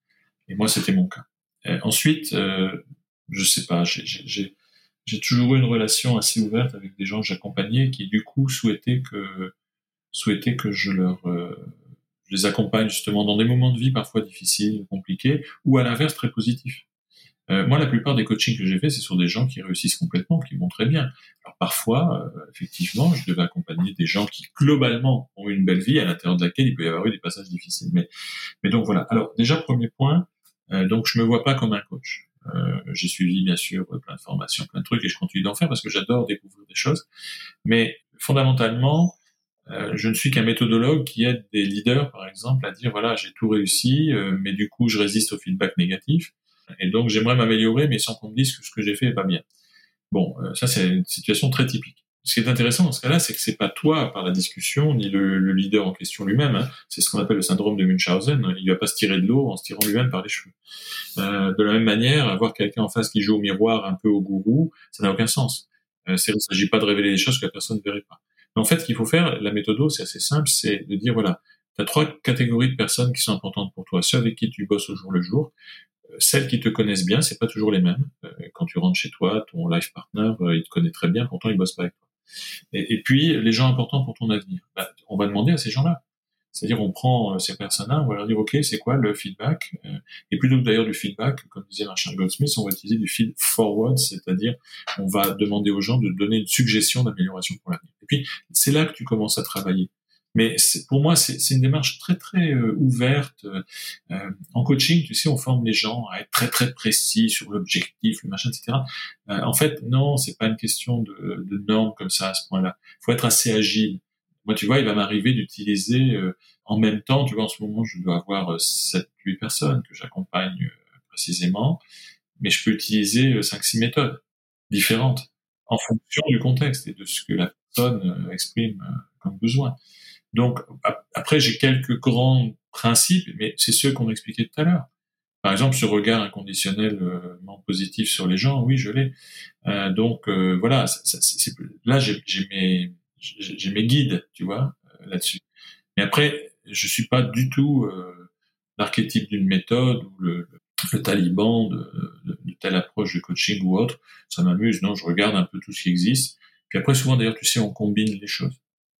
[SPEAKER 2] Et moi, c'était mon cas. Et ensuite, euh, je sais pas, j'ai, j'ai, j'ai toujours eu une relation assez ouverte avec des gens que j'accompagnais qui du coup souhaitaient que, souhaitaient que je leur... Euh, je les accompagne justement dans des moments de vie parfois difficiles, compliqués, ou à l'inverse très positifs. Euh, moi, la plupart des coachings que j'ai faits, c'est sur des gens qui réussissent complètement, qui vont très bien. Alors parfois, euh, effectivement, je devais accompagner des gens qui, globalement, ont eu une belle vie, à l'intérieur de laquelle il peut y avoir eu des passages difficiles. Mais, mais donc voilà. Alors déjà, premier point, euh, donc je me vois pas comme un coach. Euh, j'ai suivi, bien sûr, plein de formations, plein de trucs, et je continue d'en faire parce que j'adore découvrir des choses. Mais fondamentalement, Euh, je ne suis qu'un méthodologue qui aide des leaders, par exemple, à dire, voilà, j'ai tout réussi, euh, mais du coup, je résiste au feedback négatif. Et donc, j'aimerais m'améliorer, mais sans qu'on me dise que ce que j'ai fait est pas bien. Bon, euh, ça, c'est une situation très typique. Ce qui est intéressant dans ce cas-là, c'est que c'est pas toi, par la discussion, ni le, le leader en question lui-même. Hein. C'est ce qu'on appelle le syndrome de Munchausen. Il va pas se tirer de l'eau en se tirant lui-même par les cheveux. Euh, de la même manière, avoir quelqu'un en face qui joue au miroir un peu au gourou, ça n'a aucun sens. Euh, il ne s'agit pas de révéler des choses que la personne ne verrait pas. Mais en fait, ce qu'il faut faire, la méthode, c'est assez simple, c'est de dire, voilà, tu as trois catégories de personnes qui sont importantes pour toi. Ceux avec qui tu bosses au jour le jour, euh, celles qui te connaissent bien, c'est pas toujours les mêmes. Euh, quand tu rentres chez toi, ton life partner, euh, il te connaît très bien, pourtant il bosse pas avec toi. Et, et puis, les gens importants pour ton avenir. Bah, on va demander à ces gens-là. C'est-à-dire, on prend euh, ces personnes-là, on va leur dire, OK, c'est quoi le feedback euh, Et plutôt que d'ailleurs du feedback, comme disait Marshall Goldsmith, on va utiliser du feed forward, c'est-à-dire, on va demander aux gens de donner une suggestion d'amélioration pour l'avenir. Et puis, c'est là que tu commences à travailler. Mais c'est, pour moi, c'est, c'est une démarche très, très euh, ouverte. Euh, en coaching, tu sais, on forme les gens à être très, très précis sur l'objectif, le machin, et cetera. Euh, en fait, non, c'est pas une question de, de normes comme ça à ce point-là. Il faut être assez agile. Moi, tu vois, il va m'arriver d'utiliser euh, en même temps, tu vois, en ce moment, je dois avoir euh, sept, huit personnes que j'accompagne euh, précisément, mais je peux utiliser euh, cinq, six méthodes différentes en fonction du contexte et de ce que la personne euh, exprime euh, comme besoin. Donc, ap- après, j'ai quelques grands principes, mais c'est ceux qu'on expliquait tout à l'heure. Par exemple, ce regard inconditionnellement positif sur les gens, oui, je l'ai. Euh, donc, euh, voilà, ça, ça, c'est, là, j'ai, j'ai mes... j'ai mes guides, tu vois, euh, là-dessus. Mais après, je suis pas du tout euh, l'archétype d'une méthode ou le, le taliban de, de, de telle approche de coaching ou autre. Ça m'amuse, non, je regarde un peu tout ce qui existe. Puis après, souvent, d'ailleurs, tu sais, on combine les choses.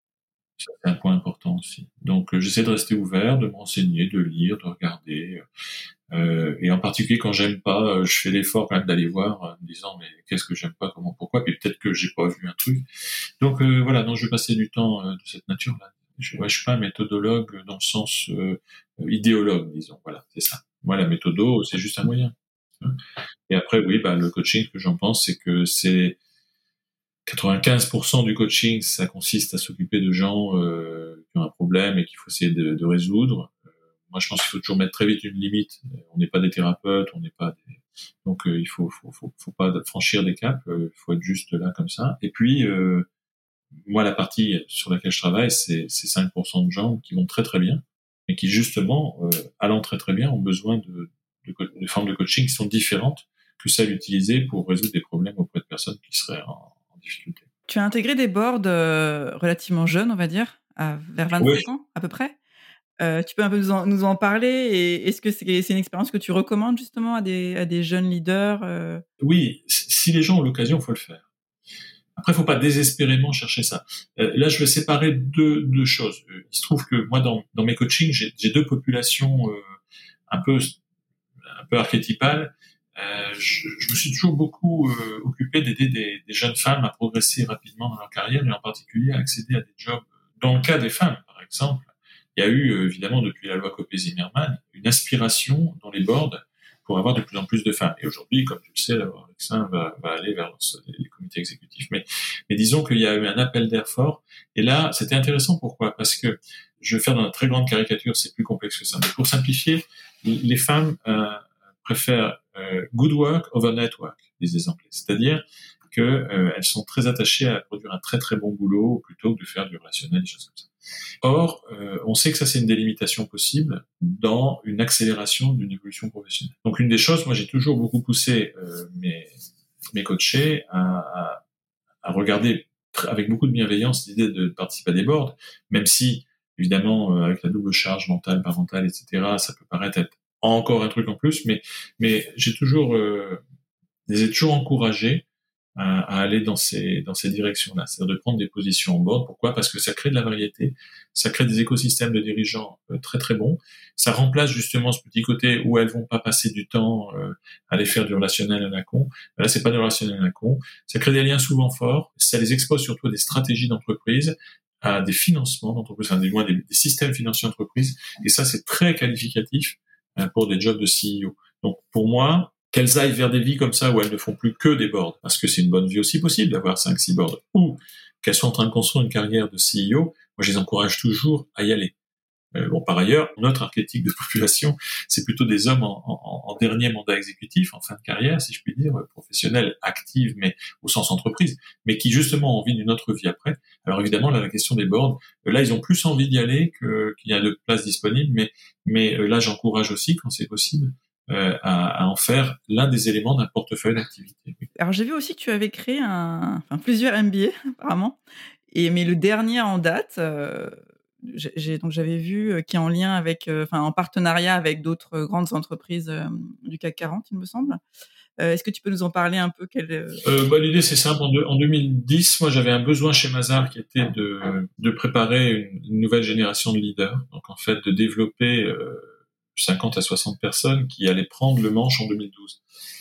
[SPEAKER 2] Ça, c'est un point important aussi. Donc, euh, j'essaie de rester ouvert, de me renseigner, de lire, de regarder. Euh, et en particulier, quand j'aime pas, euh, je fais l'effort quand même d'aller voir, en me disant, mais qu'est-ce que j'aime pas, comment, pourquoi, puis peut-être que j'ai pas vu un truc. Donc euh, voilà, donc je vais passer du temps euh, de cette nature-là. Je ne suis pas un méthodologue dans le sens euh, idéologue, disons. Voilà, c'est ça. Moi, la méthodo, c'est juste un moyen. Et après, oui, bah, le coaching, ce que j'en pense, c'est que c'est quatre-vingt-quinze pour cent du coaching, ça consiste à s'occuper de gens euh, qui ont un problème et qu'il faut essayer de, de résoudre. Euh, moi, je pense qu'il faut toujours mettre très vite une limite. On n'est pas des thérapeutes, on n'est pas des... Donc, euh, il faut, faut, faut, faut pas franchir des caps. Il euh, faut être juste là comme ça. Et puis, euh, moi, la partie sur laquelle je travaille, c'est, c'est cinq pour cent de gens qui vont très très bien, et qui justement, euh, allant très très bien, ont besoin de, de, de formes de coaching qui sont différentes que celles utilisées pour résoudre des problèmes auprès de personnes qui seraient en, en difficulté.
[SPEAKER 1] Tu as intégré des boards euh, relativement jeunes, on va dire, à, vers vingt-cinq oui. ans à peu près. Euh, tu peux un peu nous en, nous en parler, et est-ce que c'est, c'est une expérience que tu recommandes justement à des, à des jeunes leaders euh...
[SPEAKER 2] Oui, si les gens ont l'occasion, il faut le faire. Après, il faut pas désespérément chercher ça. Euh, là, je vais séparer deux, deux choses. Il se trouve que moi, dans, dans mes coachings, j'ai, j'ai deux populations euh, un peu un peu archétypales. Euh, je, je me suis toujours beaucoup euh, occupé d'aider des, des jeunes femmes à progresser rapidement dans leur carrière, et en particulier à accéder à des jobs. Dans le cas des femmes, par exemple, il y a eu, euh, évidemment, depuis la loi Copé-Zimmermann, une aspiration dans les boards pour avoir de plus en plus de femmes. Et aujourd'hui, comme tu le sais, la loi Rexin va, va aller vers les comités exécutifs. Mais, mais disons qu'il y a eu un appel d'air fort. Et là, c'était intéressant. Pourquoi ? Parce que, je vais faire dans une très grande caricature, c'est plus complexe que ça. Mais pour simplifier, les femmes euh, préfèrent euh, good work over network, disent les Anglais. C'est-à-dire que euh, elles sont très attachées à produire un très très bon boulot plutôt que de faire du relationnel, des choses comme ça. Or, euh, on sait que ça c'est une délimitation possible dans une accélération d'une évolution professionnelle. Donc, une des choses, moi j'ai toujours beaucoup poussé euh, mes, mes coachés à, à, à regarder avec beaucoup de bienveillance l'idée de participer à des boards, même si évidemment, euh, avec la double charge mentale, parentale, et cetera, ça peut paraître être encore un truc en plus, mais mais j'ai toujours euh, les ai toujours encouragés à, à aller dans ces dans ces directions-là, c'est-à-dire de prendre des positions en board. Pourquoi ? Parce que ça crée de la variété, ça crée des écosystèmes de dirigeants euh, très très bons. Ça remplace justement ce petit côté où elles vont pas passer du temps euh, à aller faire du relationnel à la con. Là, c'est pas du relationnel à la con. Ça crée des liens souvent forts. Ça les expose surtout à des stratégies d'entreprise, à des financements d'entreprise, enfin, des, des, des systèmes financiers d'entreprise. Et ça, c'est très qualificatif euh, pour des jobs de C E O. Donc, pour moi, qu'elles aillent vers des vies comme ça où elles ne font plus que des boards, parce que c'est une bonne vie aussi possible d'avoir cinq six boards, ou qu'elles sont en train de construire une carrière de C E O, moi, je les encourage toujours à y aller. Euh, bon, par ailleurs, notre archétype de population, c'est plutôt des hommes en, en, en dernier mandat exécutif, en fin de carrière, si je puis dire, professionnelle, active, mais au sens entreprise, mais qui justement ont envie d'une autre vie après. Alors évidemment, là, la question des boards, euh, là, ils ont plus envie d'y aller que, qu'il y a de places disponibles, mais, mais euh, là, j'encourage aussi, quand c'est possible, euh, à, à en faire l'un des éléments d'un portefeuille d'activité.
[SPEAKER 1] Alors, j'ai vu aussi que tu avais créé un, enfin, plusieurs M B A, apparemment, et, mais le dernier en date... Euh... J'ai, donc j'avais vu euh, qui est en lien avec, euh, enfin en partenariat avec d'autres euh, grandes entreprises euh, du C A C quarante, il me semble. Euh, est-ce que tu peux nous en parler un peu quel...
[SPEAKER 2] euh, bah, L'idée c'est simple. En, de, en deux mille dix, moi j'avais un besoin chez Mazars qui était de, de préparer une, une nouvelle génération de leaders. Donc en fait de développer euh, cinquante à soixante personnes qui allaient prendre le manche en deux mille douze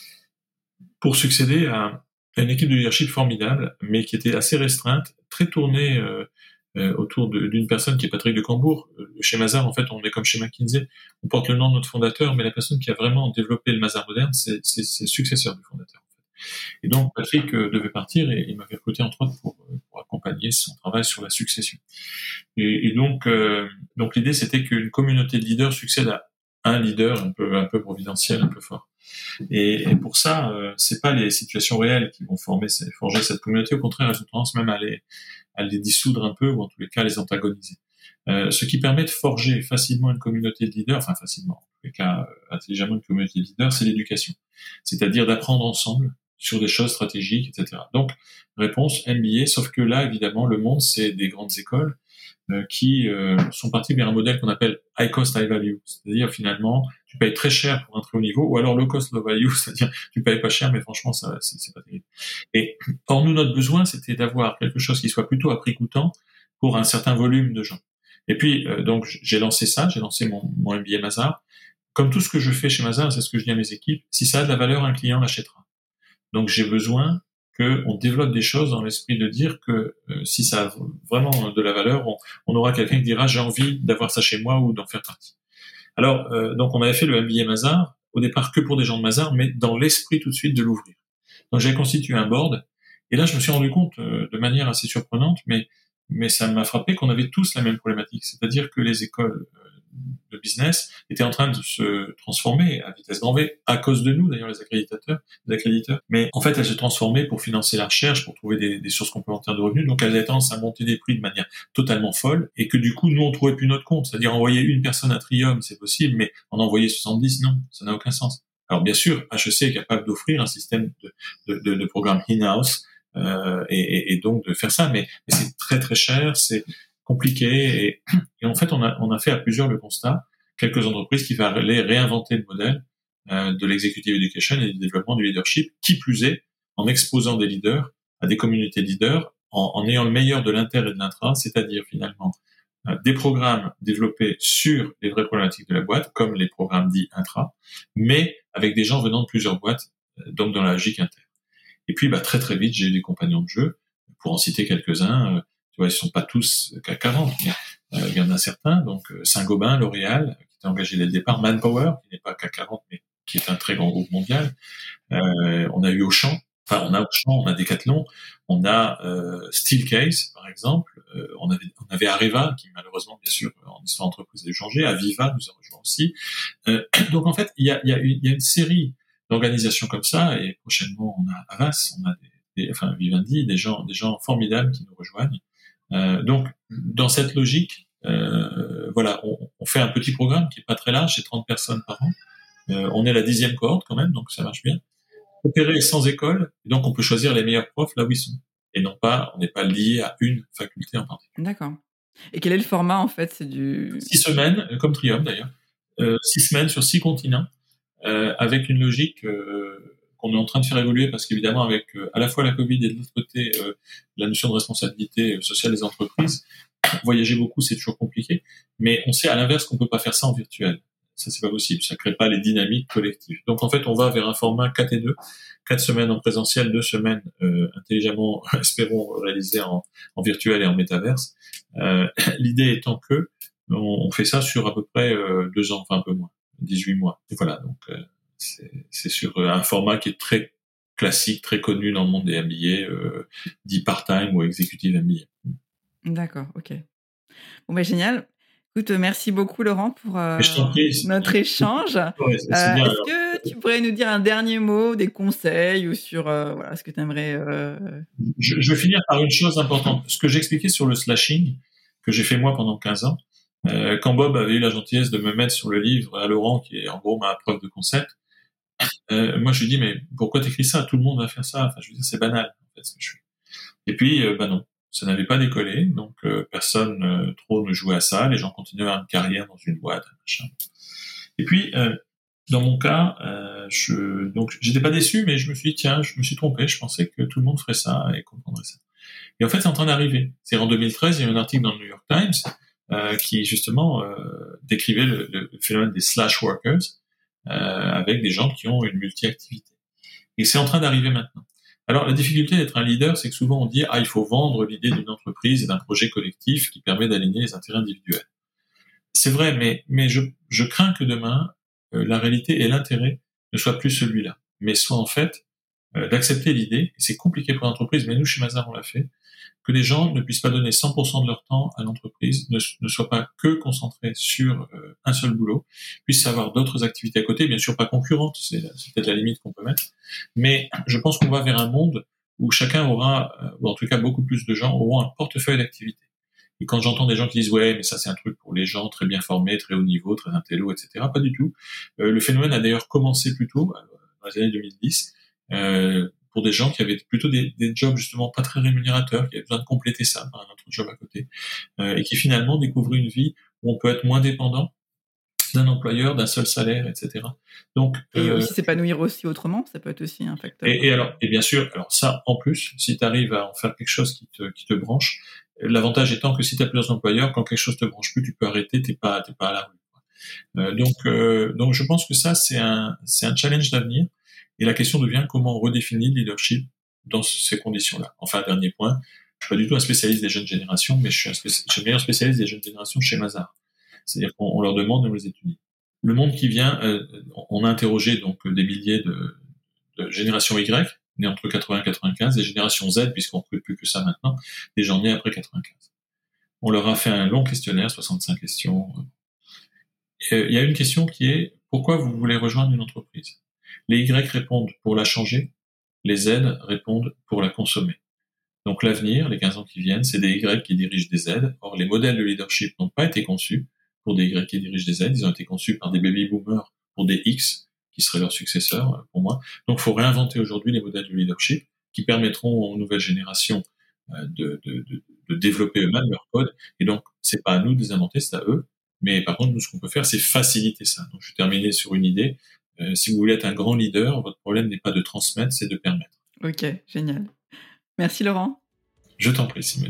[SPEAKER 2] pour succéder à, à une équipe de leadership formidable, mais qui était assez restreinte, très tournée euh, Euh, autour de, d'une personne qui est Patrick de Cambourg. Euh, chez Mazars, en fait, on est comme chez McKinsey, on porte le nom de notre fondateur, mais la personne qui a vraiment développé le Mazars moderne, c'est, c'est, c'est le successeur du fondateur. En fait. Et donc, Patrick euh, devait partir et il m'avait recruté entre autres pour, pour accompagner son travail sur la succession. Et, et donc, euh, donc l'idée, c'était qu'une communauté de leaders succède à un leader un peu, un peu providentiel, un peu fort. Et, et pour ça, euh, c'est pas les situations réelles qui vont former, forger cette communauté. Au contraire, elles ont tendance même à les, à les dissoudre un peu, ou en tous les cas, à les antagoniser. Euh, ce qui permet de forger facilement une communauté de leaders, enfin facilement, en tous les cas, intelligemment une communauté de leaders, c'est l'éducation. C'est-à-dire d'apprendre ensemble sur des choses stratégiques, et cetera. Donc, réponse M B A, sauf que là, évidemment, le monde, c'est des grandes écoles euh, qui euh, sont parties vers un modèle qu'on appelle high cost, high value. C'est-à-dire, finalement, tu payes très cher pour un très haut niveau, ou alors low cost, low value, c'est-à-dire tu payes pas cher, mais franchement, ça, c'est, c'est pas terrible. Et or, nous, notre besoin, c'était d'avoir quelque chose qui soit plutôt à prix coûtant pour un certain volume de gens. Et puis, euh, donc, j'ai lancé ça, j'ai lancé mon, mon M B A Mazars. Comme tout ce que je fais chez Mazars, c'est ce que je dis à mes équipes, si ça a de la valeur, un client l'achètera. Donc, j'ai besoin qu'on développe des choses dans l'esprit de dire que euh, si ça a vraiment de la valeur, on, on aura quelqu'un qui dira « j'ai envie d'avoir ça chez moi » ou d'en faire partie. Alors, euh, donc on avait fait le M B A Mazars, au départ que pour des gens de Mazars, mais dans l'esprit tout de suite de l'ouvrir. Donc j'ai constitué un board, et là je me suis rendu compte euh, de manière assez surprenante, mais mais ça m'a frappé qu'on avait tous la même problématique, c'est-à-dire que les écoles euh, de business étaient en train de se transformer à vitesse grand V, à cause de nous d'ailleurs les accréditateurs, les accréditeurs, mais en fait elles se transformaient pour financer la recherche, pour trouver des, des sources complémentaires de revenus, donc elles avaient tendance à monter des prix de manière totalement folle, et que du coup nous on trouvait plus notre compte, c'est-à-dire envoyer une personne à Trium c'est possible, mais en envoyer soixante-dix non, ça n'a aucun sens. Alors bien sûr, H E C est capable d'offrir un système de, de, de, de programme in-house, euh, et, et, et donc de faire ça, mais, mais c'est très très cher, c'est compliqué, et, et en fait on a, on a fait à plusieurs le constat, quelques entreprises qui allaient réinventer le modèle euh, de l'executive education et du développement du leadership, qui plus est, en exposant des leaders à des communautés de leaders, en, en ayant le meilleur de l'inter et de l'intra, c'est-à-dire finalement euh, des programmes développés sur les vraies problématiques de la boîte, comme les programmes dits intra, mais avec des gens venant de plusieurs boîtes, euh, donc dans la logique inter. Et puis bah, très très vite, j'ai eu des compagnons de jeu, pour en citer quelques-uns, euh, tu vois, ils sont pas tous C A C quarante, mais Euh, il y en a certains, donc euh, Saint-Gobain, L'Oréal, qui était engagé dès le départ, Manpower, qui n'est pas C A C quarante, mais qui est un très grand groupe mondial. Euh, on a eu Auchan, enfin on a Auchan, on a Decathlon, on a euh, Steelcase par exemple, euh, on avait on avait Areva qui malheureusement bien sûr en histoire d'entreprise a dû changer, Aviva nous a rejoint aussi. Euh, donc en fait il y a il y a une, il y a une série d'organisations comme ça et prochainement on a Havas, on a des, des enfin Vivendi, des gens des gens formidables qui nous rejoignent. Euh, donc dans cette logique, euh, voilà, on, on fait un petit programme qui est pas très large, c'est trente personnes par an. Euh, on est la dixième cohorte quand même, donc ça marche bien. Opérer sans école, et donc on peut choisir les meilleurs profs là où ils sont. Et non pas, on n'est pas lié à une faculté en particulier.
[SPEAKER 1] D'accord. Et quel est le format en fait? C'est du...
[SPEAKER 2] Six semaines, comme Trium d'ailleurs. Euh, six semaines sur six continents, euh, avec une logique euh, qu'on est en train de faire évoluer parce qu'évidemment avec euh, à la fois la Covid et de l'autre côté euh, la notion de responsabilité sociale des entreprises, voyager beaucoup c'est toujours compliqué, mais on sait à l'inverse qu'on peut pas faire ça en virtuel. Ça, c'est pas possible. Ça crée pas les dynamiques collectives. Donc, en fait, on va vers un format quatre et deux. Quatre semaines en présentiel, deux semaines, euh, intelligemment, espérons, réalisées en, en virtuel et en métaverse. Euh, l'idée étant que, on, on fait ça sur à peu près, euh, deux ans, enfin un peu moins, dix-huit mois. Et voilà. Donc, euh, c'est, c'est sur un format qui est très classique, très connu dans le monde des M B A, euh, dit part-time ou executive M B A.
[SPEAKER 1] D'accord. OK. Bon, ben, génial. Écoute, merci beaucoup Laurent pour euh,
[SPEAKER 2] prie,
[SPEAKER 1] notre échange.
[SPEAKER 2] Ouais, c'est, c'est
[SPEAKER 1] euh,
[SPEAKER 2] bien,
[SPEAKER 1] est-ce
[SPEAKER 2] alors.
[SPEAKER 1] que tu pourrais nous dire un dernier mot, des conseils ou sur euh, voilà, ce que tu aimerais euh...
[SPEAKER 2] je, je vais finir par une chose importante. Ce que j'expliquais sur le slashing, que j'ai fait moi pendant quinze ans, euh, quand Bob avait eu la gentillesse de me mettre sur le livre à Laurent, qui est en gros ma preuve de concept, euh, moi je lui dis mais pourquoi t'écris ça? Tout le monde va faire ça. Enfin, je veux dire, c'est banal en fait ce que je fais. Et puis, euh, bah non. Ça n'avait pas décollé, donc euh, personne euh, trop ne jouait à ça. Les gens continuaient à avoir une carrière dans une boîte, machin. Et puis, euh, dans mon cas, euh, je donc j'étais pas déçu, mais je me suis dit tiens, je me suis trompé. Je pensais que tout le monde ferait ça et comprendrait ça. Et en fait, c'est en train d'arriver. C'est en deux mille treize, il y a eu un article dans le New York Times euh, qui justement euh, décrivait le, le phénomène des slash workers euh, avec des gens qui ont une multi-activité. Et c'est en train d'arriver maintenant. Alors, la difficulté d'être un leader, c'est que souvent on dit « Ah, il faut vendre l'idée d'une entreprise et d'un projet collectif qui permet d'aligner les intérêts individuels. » C'est vrai, mais, mais je, je crains que demain, euh, la réalité et l'intérêt ne soient plus celui-là, mais soit en fait euh, d'accepter l'idée, et c'est compliqué pour l'entreprise, mais nous, chez Mazars, on l'a fait, que les gens ne puissent pas donner cent pour cent de leur temps à l'entreprise, ne, ne soient pas que concentrés sur euh, un seul boulot, puissent avoir d'autres activités à côté, bien sûr pas concurrentes, c'est, c'est peut-être la limite qu'on peut mettre, mais je pense qu'on va vers un monde où chacun aura, euh, ou en tout cas beaucoup plus de gens, auront un portefeuille d'activités. Et quand j'entends des gens qui disent « ouais, mais ça c'est un truc pour les gens très bien formés, très haut niveau, très intello, et cetera » Pas du tout. Euh, le phénomène a d'ailleurs commencé plus tôt, dans les années deux mille dix, euh, pour des gens qui avaient plutôt des, des jobs justement pas très rémunérateurs, qui avaient besoin de compléter ça par un autre job à côté, euh, et qui finalement découvrent une vie où on peut être moins dépendant d'un employeur, d'un seul salaire, et cetera. Donc,
[SPEAKER 1] et
[SPEAKER 2] euh,
[SPEAKER 1] aussi s'épanouir aussi autrement, ça peut être aussi un facteur.
[SPEAKER 2] Et, et alors, et bien sûr, alors ça en plus, si tu arrives à en faire quelque chose qui te qui te branche, l'avantage étant que si tu as plusieurs employeurs, quand quelque chose te branche plus, tu peux arrêter, t'es pas t'es pas à la rue. Euh, donc euh, donc je pense que ça c'est un c'est un challenge d'avenir. Et la question devient comment on redéfinit le leadership dans ces conditions-là. Enfin, dernier point, je suis pas du tout un spécialiste des jeunes générations, mais je suis un spéci- je suis le meilleur spécialiste des jeunes générations chez Mazars. C'est-à-dire qu'on on leur demande de nous les étudier. Le monde qui vient, euh, on a interrogé donc des milliers de, de générations Y, nés entre quatre-vingts et quatre-vingt-quinze, et génération Z, puisqu'on ne recrute plus que ça maintenant, des gens nés après quatre-vingt-quinze. On leur a fait un long questionnaire, soixante-cinq questions. Il y a une question qui est « Pourquoi vous voulez rejoindre une entreprise ?» Les Y répondent « Pour la changer », les Z répondent « Pour la consommer ». Donc l'avenir, les quinze ans qui viennent, c'est des Y qui dirigent des Z. Or, les modèles de leadership n'ont pas été conçus pour des Y qui dirigent des Z, ils ont été conçus par des baby boomers pour des X, qui seraient leurs successeurs, pour moi. Donc, il faut réinventer aujourd'hui les modèles de leadership qui permettront aux nouvelles générations de, de, de, de développer eux-mêmes leur code. Et donc, c'est pas à nous de les inventer, c'est à eux. Mais par contre, nous, ce qu'on peut faire, c'est faciliter ça. Donc, je vais terminer sur une idée. Euh, si vous voulez être un grand leader, votre problème n'est pas de transmettre, c'est de permettre.
[SPEAKER 1] Ok, génial. Merci Laurent.
[SPEAKER 2] Je t'en prie, Simone.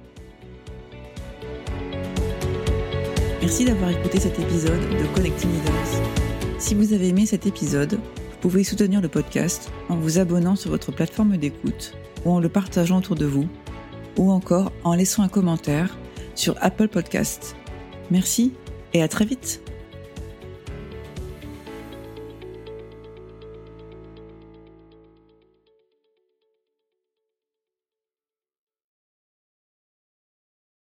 [SPEAKER 1] Merci d'avoir écouté cet épisode de Connecting Leaders. Si vous avez aimé cet épisode, vous pouvez soutenir le podcast en vous abonnant sur votre plateforme d'écoute ou en le partageant autour de vous ou encore en laissant un commentaire sur Apple Podcasts. Merci et à très vite.